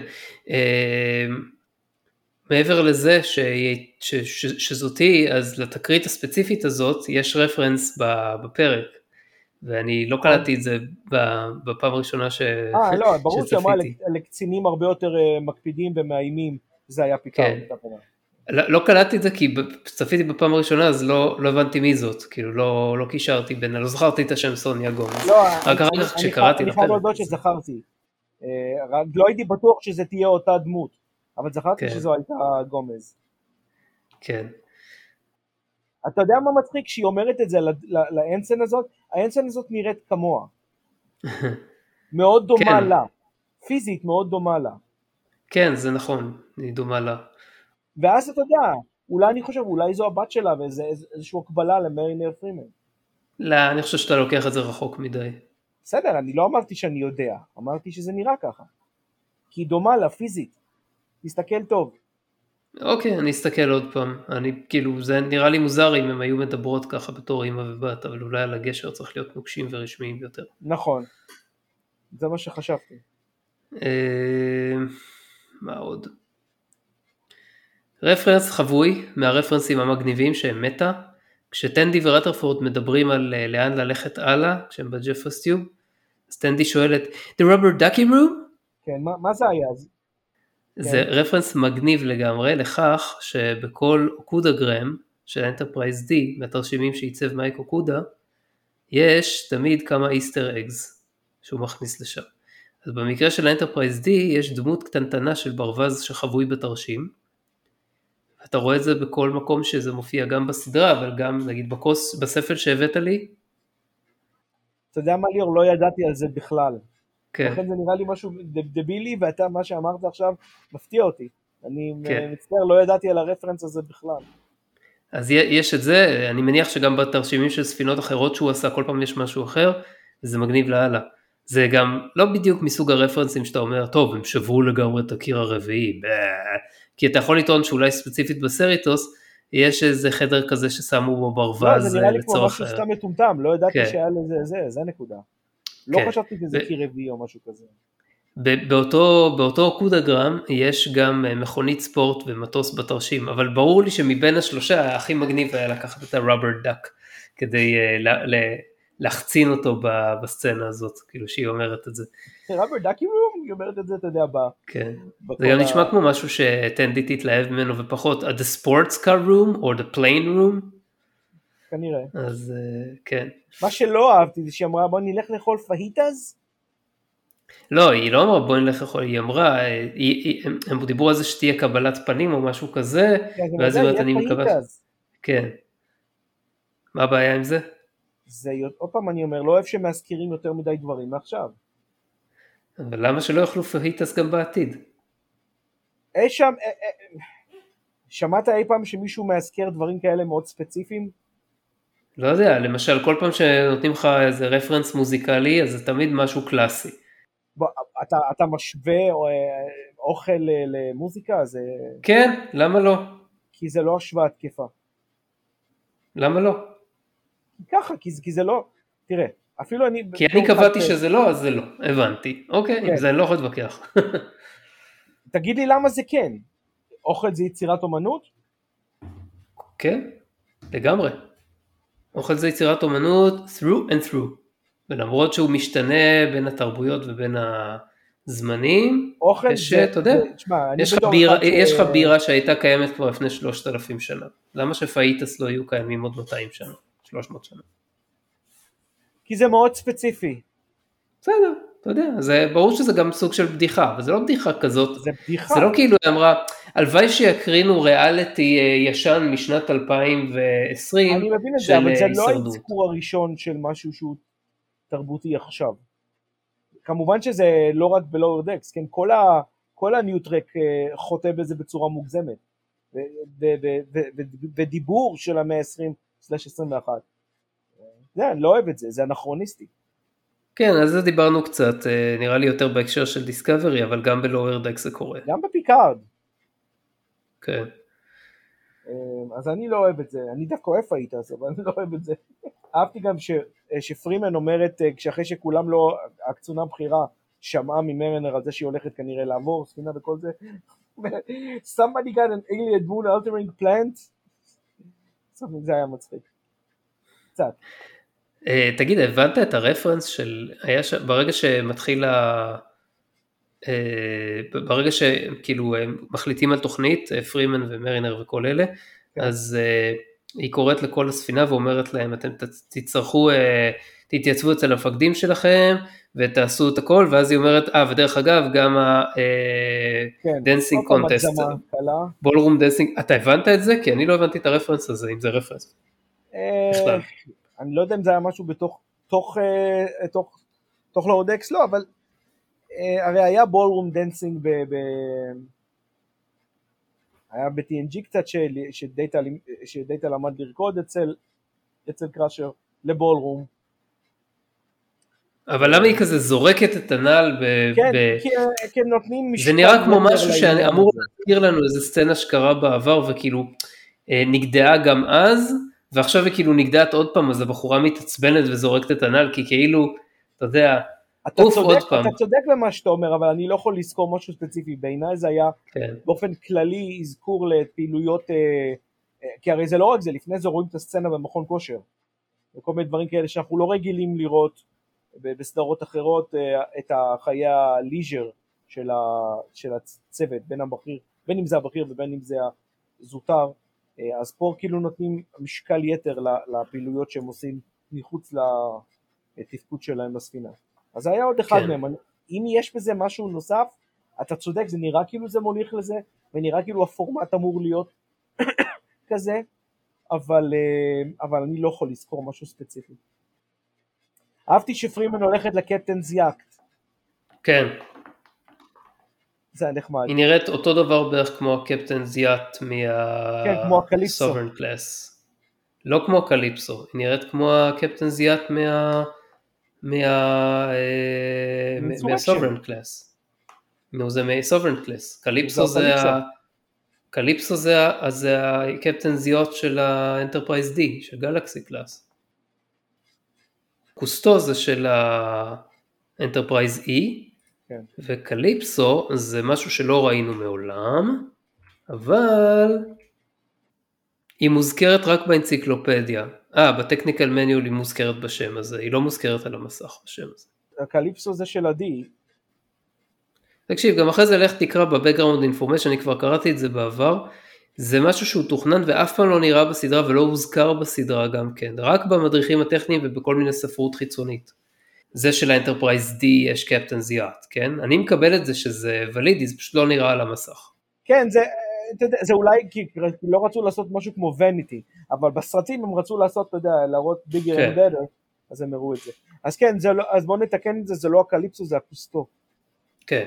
מעבר לזה שהיא, ש, ש, שזאתי, אז לתקרית הספציפית הזאת יש רפרנס בפרק, ואני לא קלטתי את זה בפעם הראשונה ש... אה, לא, ברור שאמרה שצפיתי. לקצינים הרבה יותר מקפידים ומאיימים, זה היה פיקארד. כן. לא, לא קלטתי את זה כי צפיתי בפעם הראשונה, אז לא, לא הבנתי מי זאת, כאילו לא, לא קישרתי בין, לא זכרתי את השם סוניה גומז. לא, רק אני, כשקראתי אני חייב להודות שזכרתי. לא הייתי בטוח שזה תהיה אותה דמות, אבל זכרתי כן. שזו הייתה גומז. כן. אתה יודע מה מצחיק? כשהיא אומרת את זה לאנסן הזאת, האנסן הזאת נראית כמוה. מאוד דומה כן. לה. פיזית מאוד דומה לה. כן, זה נכון, היא דומה לה. ואז אתה יודע, אולי אני חושב, אולי זו הבת שלה, וזה איזושהי הקבלה למרינר פרימן. לא, אני חושב שאתה לוקח את זה רחוק מדי. בסדר, אני לא אמרתי שאני יודע, אמרתי שזה נראה ככה. כי היא דומה לה, פיזית. תסתכל טוב. אוקיי, אני אסתכל עוד פעם. אני, כאילו, זה נראה לי מוזר אם הם היו מדברות ככה בתור אמא ובת, אבל אולי על הגשר צריך להיות נוקשים ורשמיים יותר. נכון. זה מה שחשבתי. מה עוד? רפרנס חבוי מהרפרנסים המגניבים שהם מטה, כשטנדי ורטרפורד מדברים על לאן ללכת הלאה, כשהם בג'פרס טיוב, אז טנדי שואלת, The rubber ducky room? כן, מה, מה זה היה? זה כן. רפרנס מגניב לגמרי לכך שבכל אוקודגרם של אנטרפרייז די, מהתרשימים שעיצב מייק אוקודה, יש תמיד כמה איסטר אגז שהוא מכניס לשם. אז במקרה של האנטרפרייז די יש דמות קטנטנה של ברווז שחבוי בתרשים, אתה רואה את זה בכל מקום שזה מופיע גם בסדרה, אבל גם נגיד בקוס, בספל שהבאת לי. אתה יודע מה ליאור, לא ידעתי על זה בכלל. כן. לכן זה נראה לי משהו דבילי, ואתה מה שאמרת עכשיו מפתיע אותי. אני כן. מצטער, לא ידעתי על הרפרנס הזה בכלל. אז יש את זה, אני מניח שגם בתרשימים של ספינות אחרות שהוא עשה, כל פעם יש משהו אחר, וזה מגניב להלאה. זה גם לא בדיוק מסוג הרפרנסים שאתה אומר, טוב, הם שברו לגמרי את הקיר הרביעי, כי אתה יכול לטעון שאולי ספציפית בסריטוס, יש איזה חדר כזה ששמו בו ברווז לצורך... לא, זה נראה לי כמו משהו סתם מטומטם, לא ידעתי שהיה לזה, זה, זה נקודה. לא חשבתי שזה קיר רביעי או משהו כזה. באותו, באותו קודגרם יש גם מכונית ספורט ומטוס בתרשים, אבל ברור לי שמבין השלושה הכי מגניב היה לקחת את הרובר דק, כדי להחצין אותו בסצנה הזאת, כאילו שהיא אומרת את זה. רובר דקי רום, היא אומרת את זה, אתה יודע, ב... כן, זה גם נשמע כמו משהו שטנדי תתלהב ממנו ופחות, the sports car room or the plane room. כנראה. אז כן. מה שלא אהבתי זה שהיא אמרה בוא נלך לאכול פהיטז. לא, היא לא אמרה בוא נלך לאכול, היא אמרה, הם דיברו על זה שתהיה קבלת פנים או משהו כזה, ואז היא אומרת אני מקווה. כן. מה הבעיה עם זה? זה עוד פעם אני אומר, לא אוהב שמזכירים יותר מדי דברים מעכשיו. אבל למה שלא יאכלו פהיטס גם בעתיד? אי שם, שמעת אי פעם שמישהו מזכיר דברים כאלה מאוד ספציפיים? לא יודע, למשל כל פעם שנותנים לך איזה רפרנס מוזיקלי, אז זה תמיד משהו קלאסי. בוא, אתה, אתה משווה אוכל למוזיקה? זה... כן, למה לא? כי זה לא השוואה תקפה. למה לא? ככה, כי, כי זה לא, תראה, אפילו אני... כי אני קבעתי שזה לא, אז זה לא, הבנתי. אוקיי, עם זה אני לא יכול להתווכח. תגיד לי למה זה כן? אוכל זה יצירת אומנות? כן, לגמרי. אוכל זה יצירת אומנות through and through. ולמרות שהוא משתנה בין התרבויות ובין הזמנים, אוכל יש, זה, אתה יודע, זה, תשמע, יש, לך בירה, ש... יש לך בירה שהייתה קיימת כבר לפני שלושת אלפים שנה. למה שפאיטס לא יהיו קיימים עוד מאתיים שנה, שלוש מאות שנה? כי זה מאוד ספציפי. בסדר, אתה יודע, זה ברור שזה גם סוג של בדיחה, אבל זה לא בדיחה כזאת. זה בדיחה. זה לא כאילו היא אמרה, הלוואי שיקרינו ריאליטי ישן משנת אלפיים ועשרים. אני מבין את זה, אבל זה לא האזכור הראשון של משהו שהוא תרבותי עכשיו. כמובן שזה לא רק בלואוור דקס, כן, כל ה כל הניוטרק חוטא בזה בצורה מוגזמת. ודיבור של המאה ה-עשרים עשרים ואחת. זה, אני לא אוהב את זה, זה אנכרוניסטי. כן, על זה דיברנו קצת, נראה לי יותר בהקשר של דיסקאברי, אבל גם בלואוור דק זה קורה. גם בפיקארד. כן. אז אני לא אוהב את זה, אני דווקא אוהב פאיטס, אבל אני לא אוהב את זה. אהבתי גם ש, שפרימן אומרת, כשאחרי שכולם לא, הקצונה הבכירה שמעה ממרנר על זה שהיא הולכת כנראה לעבור, ספינה וכל זה, somebody got an alien moon altering plant, זה היה מצחיק. קצת. Uh, תגיד, הבנת את הרפרנס של, היה ש... ברגע שמתחיל ה... Uh, ברגע שכאילו הם מחליטים על תוכנית, פרימן ומרינר וכל אלה, כן. אז uh, היא קוראת לכל הספינה ואומרת להם, אתם תצטרכו, uh, תתייצבו אצל המפקדים שלכם, ותעשו את הכל, ואז היא אומרת, אה, ודרך אגב, גם ה-dancing contest, בולרום dancing, אתה הבנת את זה? כי אני לא הבנתי את הרפרנס הזה, אם זה רפרנס. בכלל. אני לא יודע אם זה היה משהו בתוך, תוך, תוך, תוך לורדקס, לא, אבל הרי היה בולרום דנסינג ב... ב היה ב-טי אן ג'י קצת שדאטה, שדאטה למד לרקוד אצל, אצל קראשר לבולרום. אבל למה היא כזה זורקת את הנעל ב... כן, ב... כי, כי נותנים משפט... זה נראה כמו משהו שאמור להזכיר לנו איזה סצנה שקרה בעבר, וכאילו נגדעה גם אז, ועכשיו היא כאילו נגדעת עוד פעם, אז הבחורה מתעצבנת וזורקת את הנעל, כי כאילו, אתה יודע, אתה אוף צודק, עוד פעם. אתה צודק במה שאתה אומר, אבל אני לא יכול לזכור משהו ספציפי, בעיניי זה היה כן. באופן כללי הזכור לפעילויות, אה, אה, כי הרי זה לא רק זה, לפני זה רואים את הסצנה במכון כושר, וכל מיני דברים כאלה שאנחנו לא רגילים לראות, בסדרות אחרות את החיי הליז'ר של, ה, של הצוות, בין הבכיר, בין אם זה הבכיר ובין אם זה הזוטר, אז פה כאילו נותנים משקל יתר לפעילויות שהם עושים מחוץ לתפקוד שלהם בספינה. אז היה עוד אחד כן. מהם, אם יש בזה משהו נוסף, אתה צודק, זה נראה כאילו זה מוליך לזה, ונראה כאילו הפורמט אמור להיות כזה, אבל, אבל אני לא יכול לזכור משהו ספציפי. אהבתי שפרימן הולכת לקפטנס יאקט. כן. זה היה נחמד. היא נראית אותו דבר בערך כמו הקפטנס יאקט מה... כן, כמו הקליפסו. Sovereign Class. לא כמו הקליפסו, היא נראית כמו הקפטנס יאקט מה... מה... מה-Sovereign Class. נו, זה מה-Sovereign Class. קליפסו זה ה... קליפסו זה הקפטנס יאקט של ה-Enterprise D, של גלקסי קלאס. קוסטו זה של ה-Enterprise E, כן. וקליפסו זה משהו שלא ראינו מעולם, אבל היא מוזכרת רק באנציקלופדיה. אה, בטכניקל מניול היא מוזכרת בשם הזה, היא לא מוזכרת על המסך בשם הזה. הקליפסו זה של ה-D. תקשיב, גם אחרי זה לך תקרא בבקגראונד אינפורמיישן, אני כבר קראתי את זה בעבר, זה משהו שהוא תוכנן ואף פעם לא נראה בסדרה ולא הוזכר בסדרה גם כן, רק במדריכים הטכניים ובכל מיני ספרות חיצונית. זה של האנטרפרייז D יש קפטן זיאט, כן? אני מקבל את זה שזה ולידי, זה פשוט לא נראה על המסך. כן, זה, זה אולי כי לא רצו לעשות משהו כמו וניטי, אבל בסרטים הם רצו לעשות, אתה יודע, להראות ביגר and better, אז הם הראו את זה. אז כן, זה לא, אז בואו נתקן את זה, זה לא הקליפסו, זה הקוסטו. כן.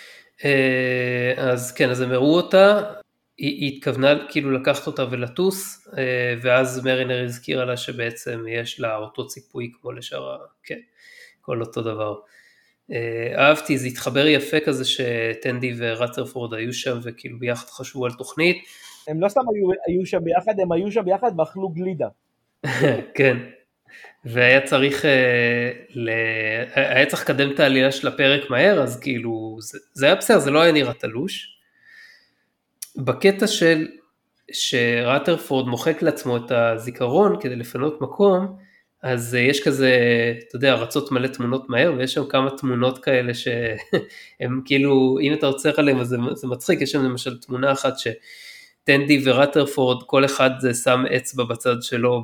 אז כן, אז הם הראו אותה, היא התכוונה כאילו לקחת אותה ולטוס, ואז מרינר הזכירה לה שבעצם יש לה אותו ציפוי כמו לשאר, כן, כל אותו דבר. אהבתי, זה התחבר יפה כזה שטנדי ורת'רפורד היו שם וכאילו ביחד חשבו על תוכנית. הם לא סתם היו, היו שם ביחד, הם היו שם ביחד ואכלו גלידה. כן, והיה צריך, היה צריך לקדם את העלילה של הפרק מהר, אז כאילו, זה, זה היה בסדר, זה לא היה נראה תלוש. בקטע של שרת'רפורד מוחק לעצמו את הזיכרון כדי לפנות מקום, אז יש כזה, אתה יודע, רצות מלא תמונות מהר, ויש שם כמה תמונות כאלה שהם כאילו, אם אתה עוצר עליהם, אז זה, זה מצחיק, יש שם למשל תמונה אחת שטנדי ורת'רפורד, כל אחד זה שם אצבע בצד שלו,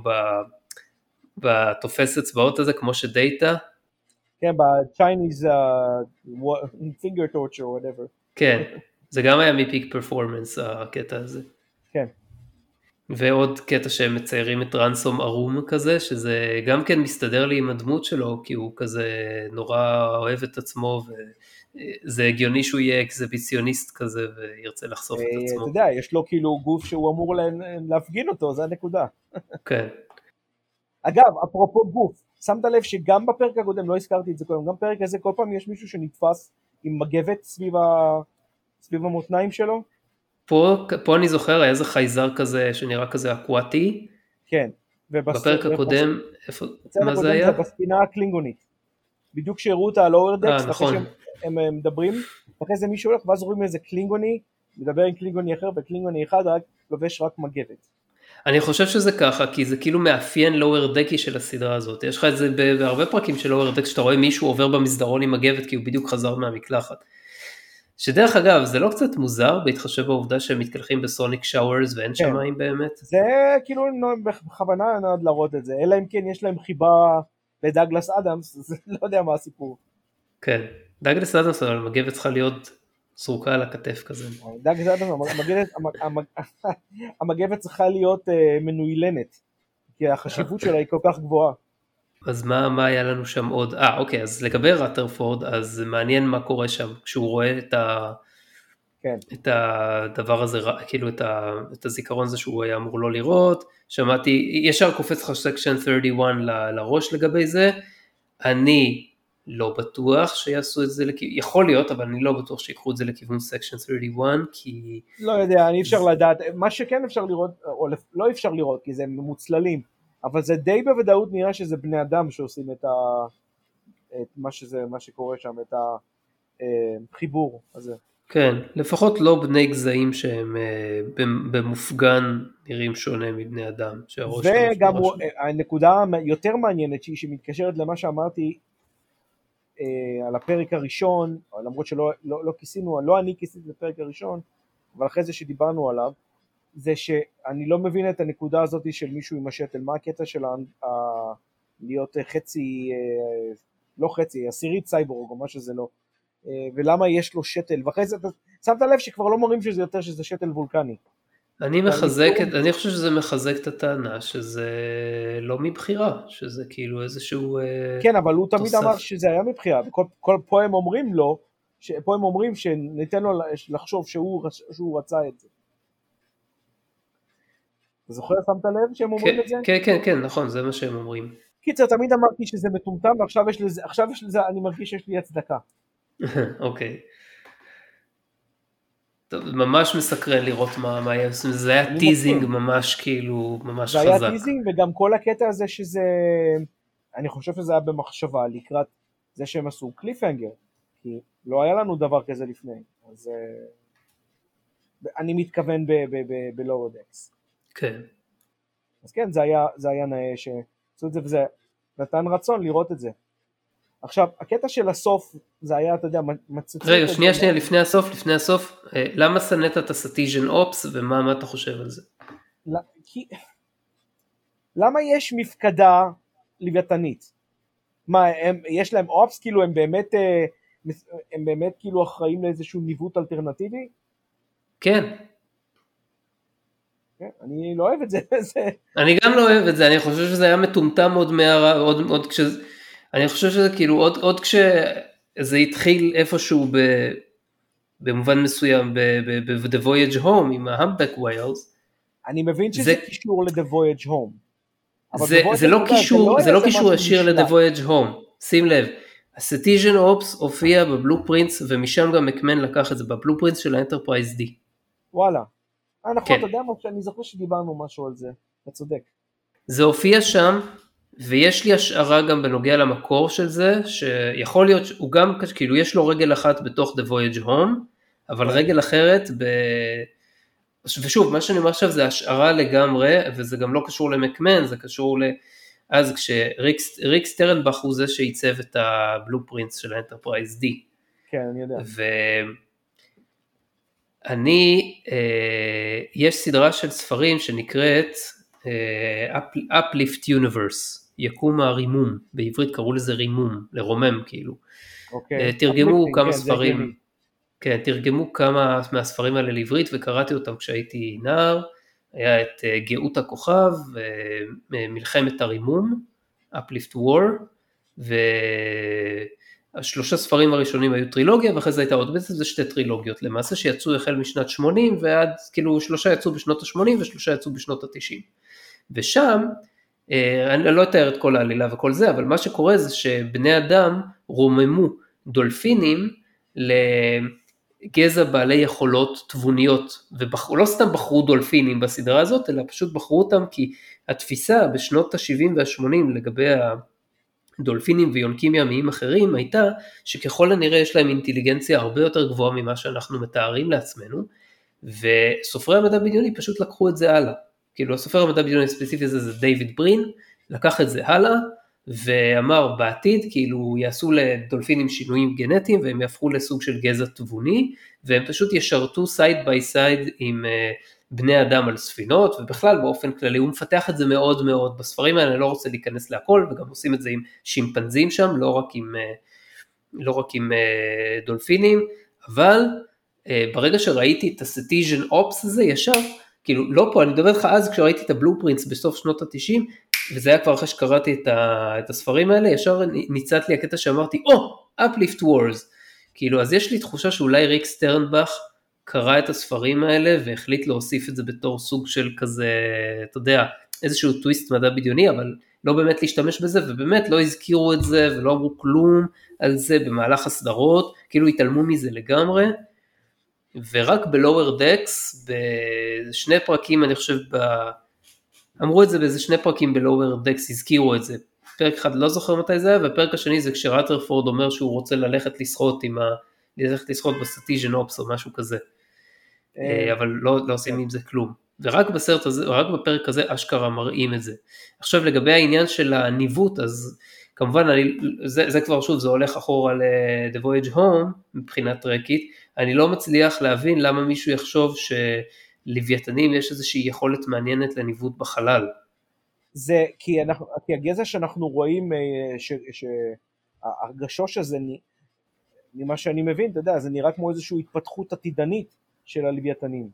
בתופס אצבעות הזה, כמו שדאטה. כן, ב-Chinese uh, finger torture or whatever. כן. זה גם היה מפיק פרפורמנס, הקטע הזה. כן. ועוד קטע שהם מציירים את רנסום ערום כזה, שזה גם כן מסתדר לי עם הדמות שלו, כי הוא כזה נורא אוהב את עצמו, וזה הגיוני שהוא יהיה אקזיביציוניסט כזה, וירצה לחשוף את עצמו. אתה יודע, יש לו כאילו גוף שהוא אמור להפגין אותו, זה הנקודה. כן. אגב, אפרופו גוף, שמת לב שגם בפרק הקודם, לא הזכרתי את זה קודם, גם בפרק הזה כל פעם יש מישהו שנתפס עם מגבת סביב, ה... סביב המותניים שלו? פה, פה אני זוכר, היה איזה חייזר כזה שנראה כזה אקואטי. כן. ובס... בפרק הקודם, איפה, מה זה היה? זה בספינה הקלינגונית. בדיוק שהראו אותה על אוברדקס, נכון. אחרי שהם הם מדברים, אחרי זה מישהו הולך, ואז רואים איזה קלינגוני, מדבר עם קלינגוני אחר, וקלינגוני אחד רק לובש רק מגבת. אני חושב שזה ככה, כי זה כאילו מאפיין לואוור דקי של הסדרה הזאת. יש לך את זה בהרבה פרקים של לואוור דק, שאתה רואה מישהו עובר במסדרון עם מגבת, כי הוא בדיוק חזר מהמקלחת. שדרך אגב, זה לא קצת מוזר, בהתחשב בעובדה שהם מתקלחים בסוניק שאוורס, ואין שם מים באמת? זה כאילו בכוונה נועד להראות את זה, אלא אם כן יש להם חיבה לדאגלס אדמס, אז לא יודע מה הסיפור. כן, דאגלס אדמס, אבל המגבת צריכה להיות סרוקה על הכתף כזה. דאגלס אדמס, המגבת צריכה להיות מנוילנת, כי החשיבות שלה היא כל כך גבוהה. אז מה, מה היה לנו שם עוד? אה, אוקיי, אז לגבי רטרפורד, אז מעניין מה קורה שם, כשהוא רואה את, ה... כן. את הדבר הזה, כאילו את, ה... את הזיכרון הזה שהוא היה אמור לא לראות, שמעתי, ישר קופץ לך סקשן שלושים ואחת ל... לראש לגבי זה, אני לא בטוח שיעשו את זה, לכ... יכול להיות, אבל אני לא בטוח שיקחו את זה לכיוון סקשן שלושים ואחת, כי... לא יודע, אני אפשר לדעת, מה שכן אפשר לראות, או לא אפשר לראות, כי זה מוצללים, אבל זה די בוודאות נראה שזה בני אדם שעושים את, ה, את מה, שזה, מה שקורה שם, את החיבור הזה. כן, לפחות לא בני גזעים שהם במופגן נראים שונה מבני אדם. וגם הוא, הנקודה יותר מעניינת שהיא שמתקשרת למה שאמרתי על הפרק הראשון, למרות שלא לא, לא כיסינו, לא אני כיסיתי לפרק הראשון, אבל אחרי זה שדיברנו עליו, זה שאני לא מבין את הנקודה הזאת של מישהו עם השטל, מה הקטע של ה... להיות חצי, לא חצי, עשירית סייבורג או מה שזה לא, ולמה יש לו שטל, ואחרי זה אתה שמת לב שכבר לא מראים שזה יותר שזה שטל וולקני. אני מחזק, את, אני חושב שזה מחזק את הטענה שזה לא מבחירה, שזה כאילו איזשהו כן, אבל הוא תמיד אמר שזה היה מבחירה, וכל כל, פה הם אומרים לו, פה הם אומרים שניתן לו לחשוב שהוא, שהוא רצה את זה. אתה זוכר, שמת לב שהם אומרים את זה? כן, כן, כן, נכון, זה מה שהם אומרים. קיצר, תמיד אמרתי שזה מטומטם, ועכשיו יש לזה, עכשיו יש לזה, אני מרגיש שיש לי הצדקה. אוקיי. טוב, ממש מסקרן לראות מה, מה היה, זה היה טיזינג ממש כאילו, ממש חזק. זה היה טיזינג, וגם כל הקטע הזה שזה, אני חושב שזה היה במחשבה, לקראת זה שהם עשו קליפהנגר, כי לא היה לנו דבר כזה לפני, אז אני מתכוון בלואוור דקס. כן. אז כן, זה היה, זה היה נאה שעשו את זה, וזה נתן רצון לראות את זה. עכשיו, הקטע של הסוף, זה היה, אתה יודע, מצוצות... רגע, שנייה, שנייה, לפני הסוף, לפני הסוף, למה סנית את הסטיג'ן אופס, ומה מה אתה חושב על זה? כי... למה יש מפקדה לוויתנית? מה, הם, יש להם אופס, כאילו הם באמת, הם באמת כאילו אחראים לאיזשהו ניווט אלטרנטיבי? כן. אני לא אוהב את זה. אני גם לא אוהב את זה, אני חושב שזה היה מטומטם עוד מהר, עוד, עוד כשזה, אני חושב שזה כאילו, עוד, עוד כשזה התחיל איפשהו ב, במובן מסוים, ב-The Voyage Home עם ה-Humpback Whales. אני מבין שזה קישור ל-The Voyage Home. זה, זה לא קישור, זה לא קישור ישיר ל-The Voyage Home. שים לב, הסטיג'ן אופס הופיע בבלופרינטס, ומשם גם מקמן לקח את זה בבלופרינטס של האנטרפרייז D. וואלה. אה, נכון, אתה יודע מה, אני זוכר שדיברנו משהו על זה, אתה צודק. זה הופיע שם, ויש לי השערה גם בנוגע למקור של זה, שיכול להיות, הוא גם, כאילו יש לו רגל אחת בתוך The Voyage Home, אבל רגל אחרת, ב... ושוב, מה שאני אומר עכשיו זה השערה לגמרי, וזה גם לא קשור למקמן, זה קשור ל... אז כשריק סטרנבך הוא זה שייצב את הבלופרינטס של האנטרפרייז D. כן, אני יודע. ו... אני, אה, יש סדרה של ספרים שנקראת אה, Uplift Universe, יקום הרימום, בעברית קראו לזה רימום, לרומם כאילו. אוקיי. אה, תרגמו כמה כן, ספרים, כן, תרגמו כמה מהספרים האלה לעברית וקראתי אותם כשהייתי נער, היה את אה, גאות הכוכב, אה, מלחמת הרימום, Uplift War, ו... השלושה ספרים הראשונים היו טרילוגיה, ואחרי זה הייתה עוד בעצם זה שתי טרילוגיות, למעשה שיצאו החל משנת שמונים, ועד כאילו שלושה יצאו בשנות ה-שמונים, ושלושה יצאו בשנות ה-תשעים. ושם אני לא אתאר את כל העלילה וכל זה, אבל מה שקורה זה שבני אדם רוממו דולפינים לגזע בעלי יכולות תבוניות, ולא סתם בחרו דולפינים בסדרה הזאת, אלא פשוט בחרו אותם כי התפיסה בשנות ה-שבעים וה-שמונים לגבי הדולפינים ויונקים ימיים אחרים, הייתה שככל הנראה יש להם אינטליגנציה הרבה יותר גבוהה ממה שאנחנו מתארים לעצמנו, וסופרי המדע בדיוני פשוט לקחו את זה הלאה. כאילו הסופר המדע בדיוני הספציפי הזה זה דיוויד ברין, לקח את זה הלאה, ואמר בעתיד, כאילו יעשו לדולפינים שינויים גנטיים, והם יהפכו לסוג של גזע תבוני, והם פשוט ישרתו סייד ביי סייד עם בני אדם על ספינות, ובכלל באופן כללי הוא מפתח את זה מאוד מאוד, בספרים האלה אני לא רוצה להיכנס להכל, וגם עושים את זה עם שימפנזים שם, לא רק עם, לא רק עם דולפינים, אבל ברגע שראיתי את הסטיז'ן אופס הזה ישר, כאילו לא פה, אני מדבר לך אז כשראיתי את הבלופרינטס בסוף שנות ה-תשעים, וזה היה כבר אחרי שקראתי את, ה, את הספרים האלה, ישר ניצת לי הקטע שאמרתי, או, oh, Uplift Wars, כאילו אז יש לי תחושה שאולי ריק סטרנבך קרא את הספרים האלה, והחליט להוסיף את זה בתור סוג של כזה, אתה יודע, איזשהו טוויסט מדע בדיוני, אבל לא באמת להשתמש בזה, ובאמת לא הזכירו את זה, ולא אמרו כלום על זה במהלך הסדרות, כאילו התעלמו מזה לגמרי, ורק בלואוור דקס, בשני פרקים אני חושב, ב... אמרו את זה באיזה שני פרקים בלואוור דקס, הזכירו את זה, פרק אחד לא זוכר מתי זה היה, והפרק השני זה כשרטרפורד אומר שהוא רוצה ללכת לשחות עם ה... ללכת לשחות בסטיז'ן אופס או משהו כזה, אבל לא, לא עושים עם זה כלום, ורק בסרט הזה, רק בפרק הזה אשכרה מראים את זה. עכשיו לגבי העניין של הניווט, אז כמובן אני, זה, זה כבר שוב, זה הולך אחורה ל-The Voyage Home מבחינת טרקית, אני לא מצליח להבין למה מישהו יחשוב שלוויתנים יש איזושהי יכולת מעניינת לניווט בחלל. זה כי, אנחנו, כי הגזע שאנחנו רואים, שהרגשוש הזה, ממה שאני מבין, אתה יודע, זה נראה כמו איזושהי התפתחות עתידנית של הלוויתנים.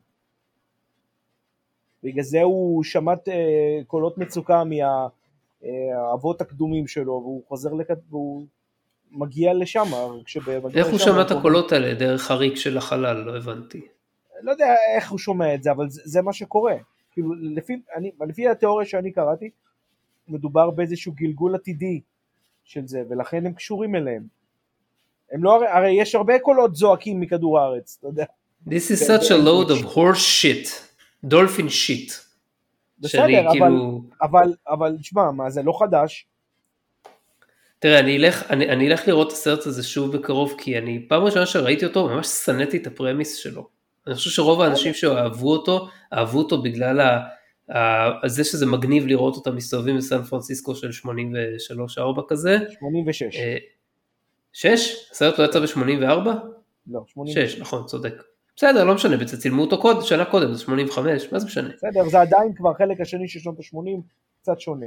בגלל זה הוא שמעת קולות מצוקה מהאבות הקדומים שלו, והוא חוזר לכת, והוא מגיע לשם. איך הוא שמע את הקולות האלה? דרך הריק של החלל, לא הבנתי. לא יודע איך הוא שומע את זה, אבל זה, זה מה שקורה. כאילו, לפי, אני, לפי התיאוריה שאני קראתי, מדובר באיזשהו גלגול עתידי של זה, ולכן הם קשורים אליהם. הם לא, הרי יש הרבה קולות זועקים מכדור הארץ, אתה יודע. This is such a load of horse shit, dolphin shit. בסדר, אבל, כאילו... אבל, אבל, תשמע, מה, זה לא חדש. תראה, אני אלך, אני, אני אלך לראות את הסרט הזה שוב בקרוב, כי אני, פעם ראשונה שראיתי אותו, ממש סנאתי את הפרמיס שלו. אני חושב שרוב האנשים שאהבו אותו, אהבו אותו בגלל ה, ה, זה שזה מגניב לראות אותם מסתובבים בסן פרנסיסקו של שמונים ושלוש ארבע כזה. שמונים ושש. שש? הסרט לא יצא ב-שמונים וארבע? לא, שמונים ושש. שש, נכון, צודק. בסדר, לא משנה, בצד צילמו אותו קוד, שנה קודם, זה שמונים וחמש, מה זה משנה? בסדר, זה עדיין כבר חלק השני של שנות ה-שמונים, קצת שונה.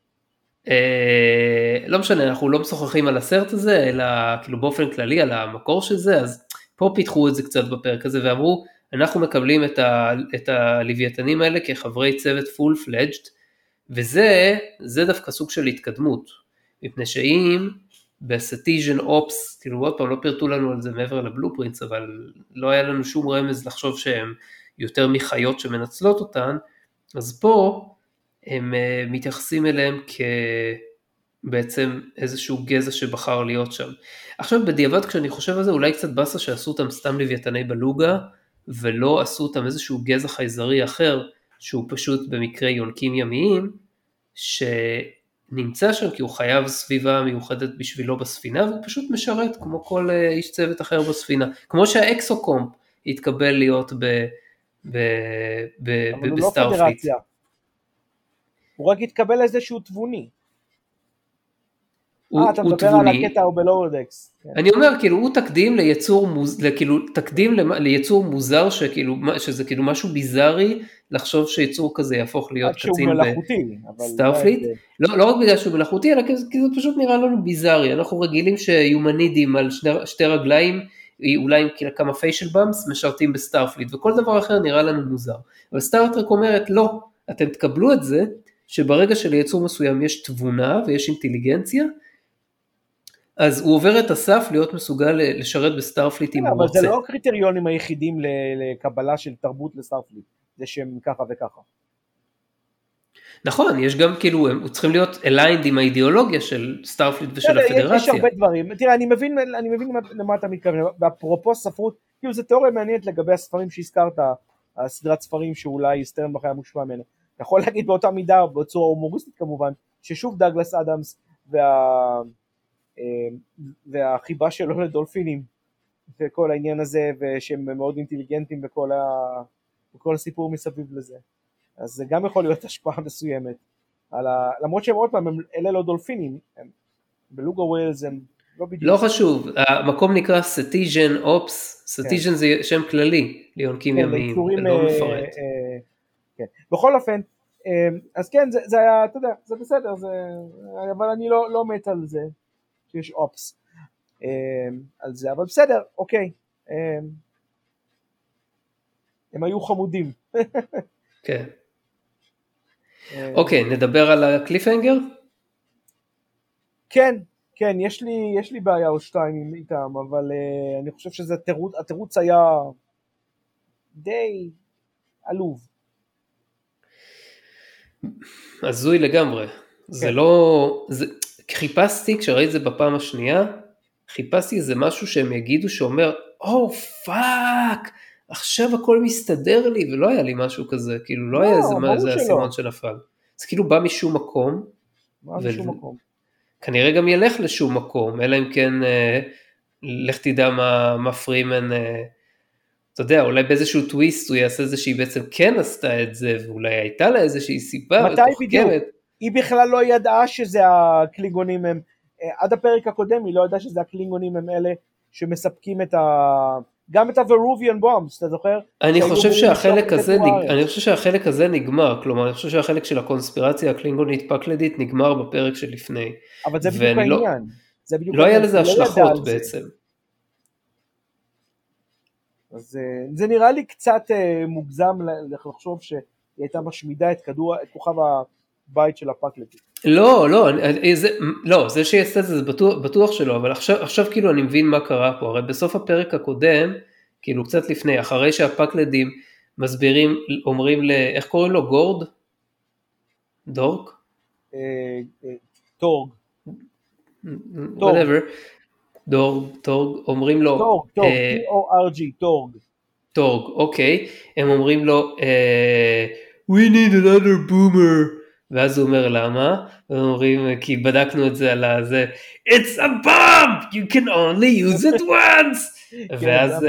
לא משנה, אנחנו לא משוחחים על הסרט הזה, אלא כאילו באופן כללי על המקור של זה, אז פה פיתחו את זה קצת בפרק הזה, ואמרו, אנחנו מקבלים את, ה, את הלוויתנים האלה כחברי צוות full fledged, וזה, זה דווקא סוג של התקדמות, מפני שאם בסטיז'ן אופס, כאילו עוד פעם לא פירטו לנו על זה מעבר לבלופרינטס, אבל לא היה לנו שום רמז לחשוב שהם יותר מחיות שמנצלות אותן, אז פה הם uh, מתייחסים אליהם כבעצם איזשהו גזע שבחר להיות שם. עכשיו בדיעבד כשאני חושב על זה, אולי קצת בסה שעשו אותם סתם לוויתני בלוגה, ולא עשו אותם איזשהו גזע חייזרי אחר, שהוא פשוט במקרה יונקים ימיים, שנמצא שם כי הוא חייב סביבה מיוחדת בשבילו בספינה, והוא פשוט משרת כמו כל איש צוות אחר בספינה. כמו שהאקסוקומפ התקבל להיות ב, ב, ב, אבל הוא בסטארפליט. לא פדרציה. הוא רק התקבל איזשהו תבוני. אה, אתה מדבר על הקטע או בלואוור דקס. אני אומר, כאילו, הוא תקדים ליצור, כאילו, תקדים ליצור מוזר, שכאילו, שזה כאילו משהו ביזארי, לחשוב שיצור כזה יהפוך להיות קצין בסטארפליט. לא, לא רק בגלל שהוא מלאכותי, אלא כי זה פשוט נראה לנו ביזארי. אנחנו רגילים שיומנידים על שתי רגליים, אולי עם כמה פיישל במפס, משרתים בסטארפליט, וכל דבר אחר נראה לנו מוזר. אבל סטארטרק אומרת, לא, אתם תקבלו את זה, שברגע שליצור מסוים יש תבונה ויש אינטליגנציה, אז הוא עובר את הסף להיות מסוגל לשרת בסטארפליט אם הוא רוצה. אבל זה לא הקריטריונים היחידים לקבלה של תרבות לסטארפליט, זה שהם ככה וככה. נכון, יש גם כאילו, הם צריכים להיות aligned עם האידיאולוגיה של סטארפליט ושל הפדרציה. יש הרבה דברים, תראה, אני מבין, אני מבין למה אתה מתכוון, ואפרופו ספרות, כאילו זה תיאוריה מעניינת לגבי הספרים שהזכרת, הסדרת ספרים שאולי סטרן בחיה מושפע ממנה. אתה יכול להגיד באותה מידה, בצורה הומוריסטית כמובן, ששוב דאגלס אדמס וה... והחיבה שלו לדולפינים, וכל העניין הזה, ושהם מאוד אינטליגנטים בכל, ה... בכל הסיפור מסביב לזה. אז זה גם יכול להיות השפעה מסוימת. על ה... למרות שהם עוד פעם, הם... אלה לא דולפינים, הם... בלוגו ווילס הם לא בדיוק. לא חשוב, המקום נקרא סטיג'ן אופס, סטיג'ן זה שם כללי, ליונקים ימיים, לא מפרט. כן. בכל אופן, אז כן, זה, זה היה, אתה יודע, זה בסדר, זה... אבל אני לא, לא מת על זה, שיש אופס על זה, אבל בסדר, אוקיי. הם היו חמודים. כן. אוקיי, נדבר על הקליפהנגר? כן, כן, יש לי, יש לי בעיה או שתיים איתם, אבל uh, אני חושב שזה התירוץ, התירוץ היה די עלוב. הזוי לגמרי. כן. זה לא, זה, חיפשתי, כשראיתי זה בפעם השנייה, חיפשתי איזה משהו שהם יגידו שאומר, או פאק, עכשיו הכל מסתדר לי, ולא היה לי משהו כזה, כאילו לא, לא היה איזה, איזה הסימון שנפל. זה כאילו בא משום מקום. בא משום מקום. כנראה גם ילך לשום מקום, אלא אם כן, אה, לך תדע מה, מה פרימן, אה, אתה יודע, אולי באיזשהו טוויסט הוא יעשה זה שהיא בעצם כן עשתה את זה, ואולי הייתה לה איזושהי סיבה. מתי בדיוק? היא בכלל לא ידעה שזה הקלינגונים הם, אה, עד הפרק הקודם היא לא ידעה שזה הקלינגונים הם אלה שמספקים את ה... גם את הוורוביאן בומס, אתה זוכר? אני חושב שהחלק הזה, נג... אני חושב שהחלק הזה נגמר, כלומר, אני חושב שהחלק של הקונספירציה הקלינגונית פקלדית נגמר בפרק שלפני. אבל זה בדיוק העניין. לא, זה בדיוק לא היה לזה השלכות בעצם. אז זה, זה נראה לי קצת מוגזם לחשוב שהיא הייתה משמידה את כדור, את כוכב הבית של הפקלדית. לא, לא, זה, לא, זה שהיא עשתה את זה, זה בטוח, בטוח שלא, אבל עכשיו, עכשיו כאילו אני מבין מה קרה פה, הרי בסוף הפרק הקודם, כאילו קצת לפני, אחרי שהפקלדים מסבירים, אומרים ל... איך קוראים לו? גורד? דורק? טורג. whatever. דורג, טורג, אומרים לו... טורג, טורג, T-O-R-G, טורג. טורג, אוקיי. הם אומרים לו, we need another boomer. ואז הוא אומר למה? והם אומרים, כי בדקנו את זה על הזה, it's a bomb! You can only use it once! ואז...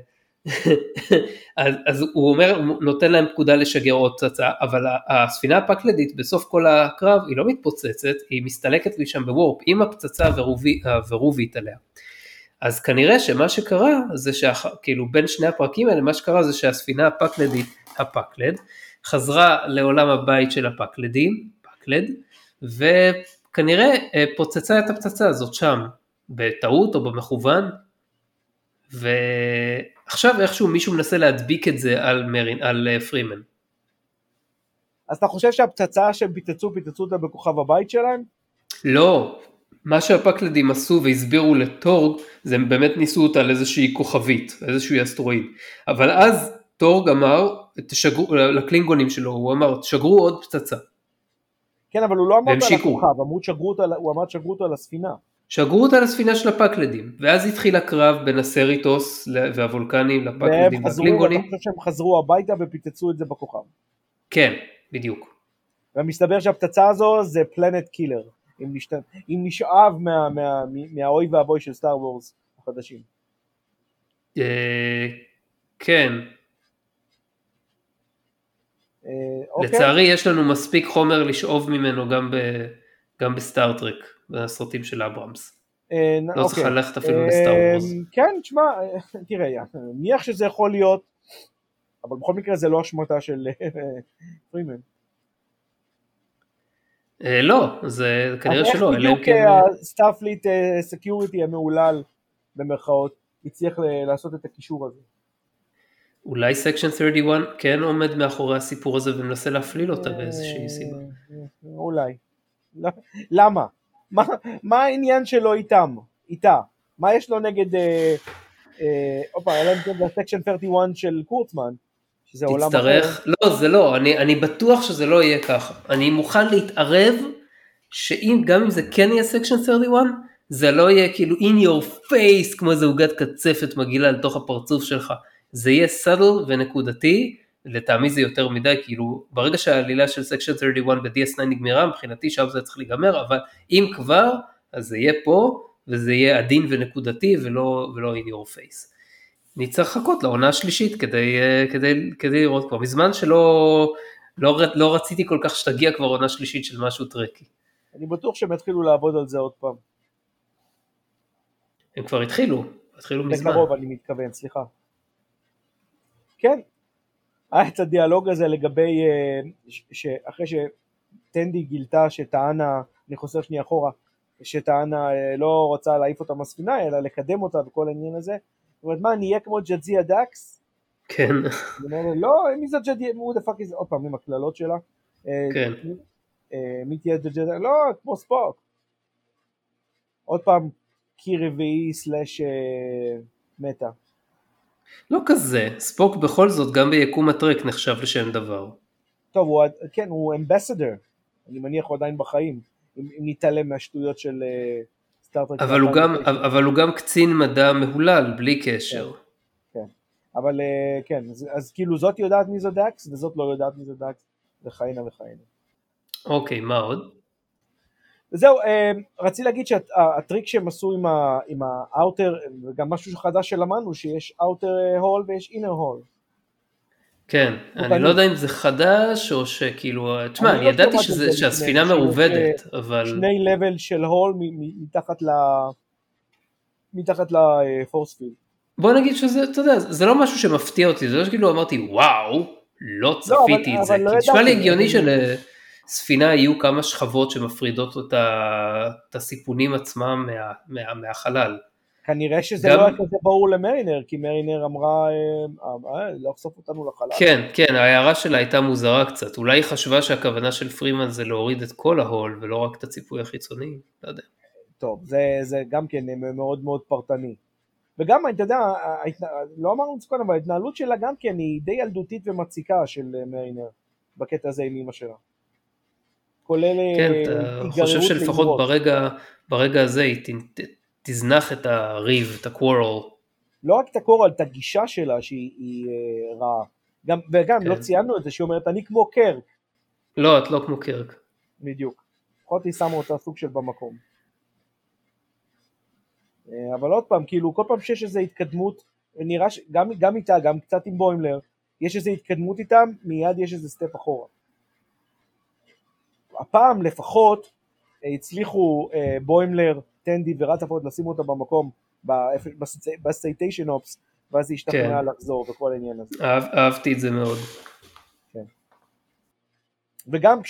אז, אז הוא אומר, נותן להם פקודה לשגר עוד פצצה, אבל הספינה הפקלדית בסוף כל הקרב היא לא מתפוצצת, היא מסתלקת משם בוורפ עם הפצצה הוורובית עליה. אז כנראה שמה שקרה זה שכאילו בין שני הפרקים האלה, מה שקרה זה שהספינה הפקלדית, הפקלד, חזרה לעולם הבית של הפקלדים, פקלד, וכנראה פוצצה את הפצצה הזאת שם, בטעות או במכוון, ועכשיו איכשהו מישהו מנסה להדביק את זה על, מרין, על פרימן. אז אתה חושב שהפצצה שהם פיצצו, פיצצו אותה בכוכב הבית שלהם? לא, מה שהפקלדים עשו והסבירו לטורג, זה הם באמת ניסו אותה על איזושהי כוכבית, איזשהו אסטרואיד, אבל אז טורג אמר, תשגרו, לקלינגונים שלו, הוא אמר, תשגרו עוד פצצה. כן, אבל הוא לא אמר אותה על הכוכב, הוא אמר תשגרו אותה על הספינה. שגרו אותה לספינה של הפקלדים, ואז התחיל הקרב בין הסריטוס והוולקנים לפקלדים והקלינגונים. ואתה חושב שהם חזרו הביתה ופיצצו את זה בכוכב. כן, בדיוק. ומסתבר שהפצצה הזו זה פלנט קילר, אם, נשת... אם נשאב מה... מה... מהאוי והבוי של סטאר וורס החדשים. כן. לצערי יש לנו מספיק חומר לשאוב ממנו גם, ב... גם בסטאר טרק. בסרטים של אברמס. לא צריך ללכת אפילו לסטאר וורס. כן, תשמע, תראה, נניח שזה יכול להיות, אבל בכל מקרה זה לא אשמתה של פרימן. לא, זה כנראה שלא. איך בדיוק הסטארפליט סקיוריטי המעולל, במרכאות, הצליח לעשות את הקישור הזה? אולי סקשן שלושים ואחת כן עומד מאחורי הסיפור הזה, ומנסה להפליל אותה באיזושהי סיבה. אולי. למה? מה, מה העניין שלו איתם, איתה? מה יש לו נגד, אה, אה, אופה, אלא אם כן זה הסקשן שלושים ואחת של קורצמן, שזה עולם תצטרך, אחר. לא, זה לא, אני, אני בטוח שזה לא יהיה ככה. אני מוכן להתערב שאם, גם אם זה כן יהיה סקשן שלושים ואחת, זה לא יהיה כאילו in your face, כמו איזה עוגת קצפת מגעילה לתוך הפרצוף שלך. זה יהיה סאדל ונקודתי, לטעמי זה יותר מדי, כאילו, ברגע שהעלילה של סקשן שלושים ואחת ב-די אס ניין נגמרה, מבחינתי שם זה צריך להיגמר, אבל אם כבר, אז זה יהיה פה, וזה יהיה עדין ונקודתי, ולא, ולא in your face. אני צריך לחכות לעונה השלישית, כדי, כדי, כדי לראות כבר. מזמן שלא, לא, לא רציתי כל כך שתגיע כבר עונה שלישית של משהו טרקי. אני בטוח שהם התחילו לעבוד על זה עוד פעם. הם כבר התחילו, התחילו מזמן. בקרוב אני מתכוון, סליחה. כן, היה את הדיאלוג הזה לגבי, שאחרי שטנדי גילתה שטענה, אני חוזר שנייה אחורה, שטענה לא רוצה להעיף אותה מספינה, אלא לקדם אותה וכל העניין הזה. זאת אומרת, מה, נהיה כמו ג'דזיה דאקס? כן. לא, מי זאת ג'דזיה, מי דה פאק, עוד פעם, עם הכללות שלה. כן. מי תהיה ג'דזיה דאקס? לא, כמו ספוק. עוד פעם, קי רביעי סלש מטה. לא כזה, ספוק בכל זאת גם ביקום הטרק נחשב לשם דבר. טוב, הוא, כן, הוא אמבסדר, אני מניח הוא עדיין בחיים, אם, אם נתעלם מהשטויות של סטארטרק. אבל, אבל הוא גם קצין מדע מהולל, בלי קשר. כן, כן. אבל כן, אז, אז כאילו זאת יודעת מי זו דאקס, וזאת לא יודעת מי זו דאקס, וחיינה וחיינה. אוקיי, מה עוד? וזהו, רציתי להגיד שהטריק שהם עשו עם, ה, עם האוטר, וגם משהו חדש שלמדנו, שיש אוטר הול ויש אינר הול. כן, אני לא יודע אם זה חדש, או שכאילו, תשמע, אני ידעתי שהספינה מרובדת, אבל... שני לבל של הול מתחת ל... מתחת לפורספילד. בוא נגיד שזה, אתה יודע, זה לא משהו שמפתיע אותי, זה לא שכאילו אמרתי, וואו, לא צפיתי את זה, כי תשמע לי הגיוני של... ספינה יהיו כמה שכבות שמפרידות את הסיפונים עצמם מה, מה, מהחלל. כנראה שזה גם... לא היה כזה ברור למרינר, כי מרינר אמרה, אה, לא חשוף אותנו לחלל. כן, כן, ההערה שלה הייתה מוזרה קצת, אולי היא חשבה שהכוונה של פרימן זה להוריד את כל ההול, ולא רק את הציפוי החיצוני, לא יודע. טוב, זה, זה גם כן מאוד מאוד פרטני. וגם, אתה יודע, לא אמרנו את זה קודם, אבל ההתנהלות שלה גם כן היא די ילדותית ומציקה של מרינר, בקטע הזה עם אמא שלה. כולל... כן, אתה חושב שלפחות ברגע, ברגע הזה היא תזנח את הריב, את הקוורל. לא רק את הקוורל, את הגישה שלה שהיא רעה. גם, וגם לא ציינו את זה, שהיא אומרת, אני כמו קרק. לא, את לא כמו קרק. בדיוק. לפחות היא שמה אותה סוג של במקום. אבל עוד פעם, כאילו, כל פעם שיש איזו התקדמות, נראה שגם גם איתה, גם קצת עם בוימלר, יש איזו התקדמות איתם, מיד יש איזה סטפ אחורה. הפעם לפחות הצליחו בוימלר, טנדי ורטפורד לשים אותה במקום בסייטיישן אופס, ואז היא השתכנעה לחזור וכל העניין הזה. אהבתי את זה מאוד. כן. וגם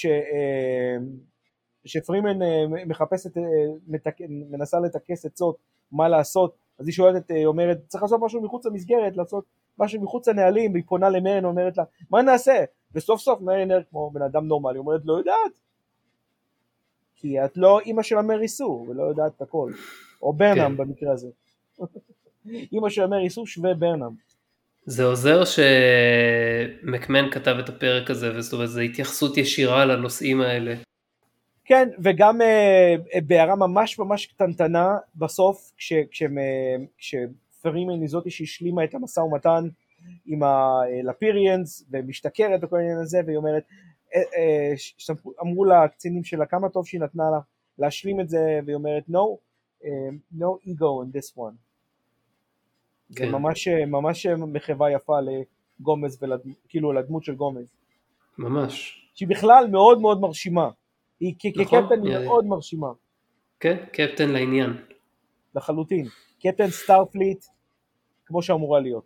כשפרימן מחפשת, מנסה לתקס עצות מה לעשות, אז היא שואלת, אומרת, צריך לעשות משהו מחוץ למסגרת, לעשות משהו מחוץ לנהלים, והיא פונה למרן, אומרת לה, מה נעשה? וסוף סוף מרינר, כמו בן אדם נורמלי, אומרת, לא יודעת. כי את לא אמא של המריסו, ולא יודעת את הכל. או ברנם כן. במקרה הזה. אמא של המריסו שווה ברנם. זה עוזר שמקמן כתב את הפרק הזה, וזאת אומרת, זו התייחסות ישירה לנושאים האלה. כן, וגם uh, בהערה ממש ממש קטנטנה, בסוף, כשפרימן היא זאתי שהשלימה את המשא ומתן, עם הלפיריאנס, ומשתכרת וכל העניין הזה, והיא אומרת, אמרו לה הקצינים שלה, כמה טוב שהיא נתנה לה להשלים את זה, והיא אומרת, no, no ego in this one. זה ממש, ממש מחווה יפה לגומז, כאילו לדמות של גומז. ממש. שהיא בכלל מאוד מאוד מרשימה. היא כקפטן היא מאוד מרשימה. כן, קפטן לעניין. לחלוטין. קפטן סטארפליט, כמו שאמורה להיות.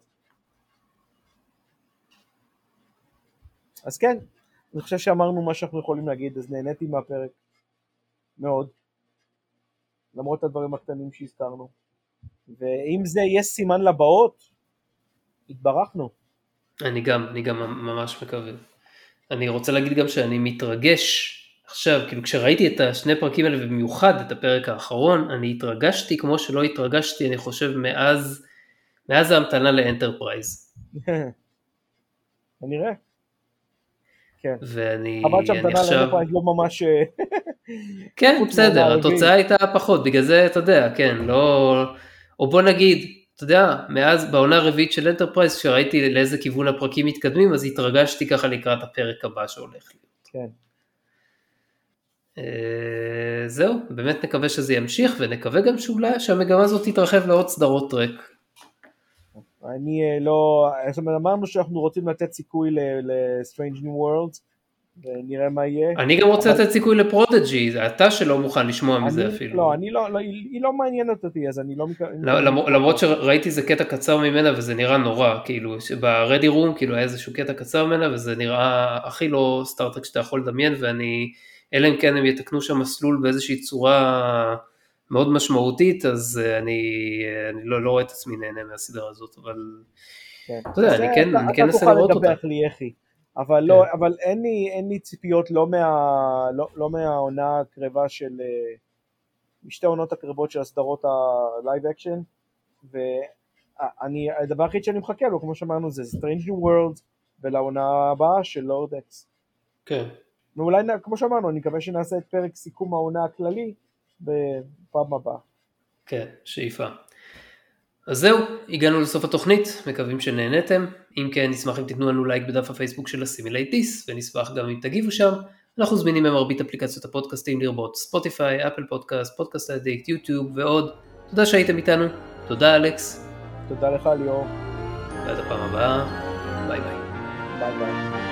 אז כן, אני חושב שאמרנו מה שאנחנו יכולים להגיד, אז נהניתי מהפרק מאוד, למרות הדברים הקטנים שהזכרנו, ואם זה יהיה סימן לבאות, התברכנו. אני גם, אני גם ממש מקווה. אני רוצה להגיד גם שאני מתרגש עכשיו, כאילו כשראיתי את השני פרקים האלה, ובמיוחד את הפרק האחרון, אני התרגשתי כמו שלא התרגשתי, אני חושב, מאז, מאז ההמתנה לאנטרפרייז. נראה. כן. ואני אבל שהמתנה עכשיו... לאנטרפרייז לא ממש... כן, בסדר, התוצאה הייתה פחות, בגלל זה אתה יודע, כן, לא... או בוא נגיד, אתה יודע, מאז בעונה הרביעית של אנטרפרייז, כשראיתי לאיזה כיוון הפרקים מתקדמים, אז התרגשתי ככה לקראת הפרק הבא שהולך להיות. כן. זהו, באמת נקווה שזה ימשיך, ונקווה גם שאולי שהמגמה הזאת תתרחב לעוד סדרות טרק. אני לא, זאת אומרת, אמרנו שאנחנו רוצים לתת סיכוי ל-Strange New Worlds, ונראה מה יהיה. אני גם רוצה לתת סיכוי לפרודג'י, זה אתה שלא מוכן לשמוע מזה אפילו. לא, אני לא, היא לא מעניינת אותי, אז אני לא... למרות שראיתי איזה קטע קצר ממנה, וזה נראה נורא, כאילו, ברדי רום, כאילו, היה איזשהו קטע קצר ממנה, וזה נראה הכי לא סטארטרק שאתה יכול לדמיין, ואני, אלא אם כן הם יתקנו שם מסלול באיזושהי צורה מאוד משמעותית, אז אני, אני לא, לא רואה את עצמי נהנה מהסדרה הזאת, אבל, אתה יודע, אני כן, אני כן אנסה לראות אותה. לי יחי. אבל לא, אבל אין לי, אין לי ציפיות לא מה, לא, לא מהעונה הקרבה של, משתי העונות הקרבות של הסדרות הלייב אקשן, ואני, הדבר הכי שאני מחכה לו, כמו שאמרנו, זה Strange New World, ולעונה הבאה של לורד אקס. כן. ואולי, כמו שאמרנו, אני מקווה שנעשה את פרק סיכום העונה הכללי, בפעם הבאה. כן, שאיפה. אז זהו, הגענו לסוף התוכנית, מקווים שנהנתם, אם כן נשמח אם תתנו לנו לייק בדף הפייסבוק של הסימילייטיס, ונשמח גם אם תגיבו שם, אנחנו זמינים במרבית אפליקציות הפודקאסטים לרבות ספוטיפיי, אפל פודקאסט, פודקאסט אדיקט, יוטיוב ועוד. תודה שהייתם איתנו, תודה אלכס. תודה לך ליאור. ועד הפעם הבאה, ביי ביי. ביי ביי.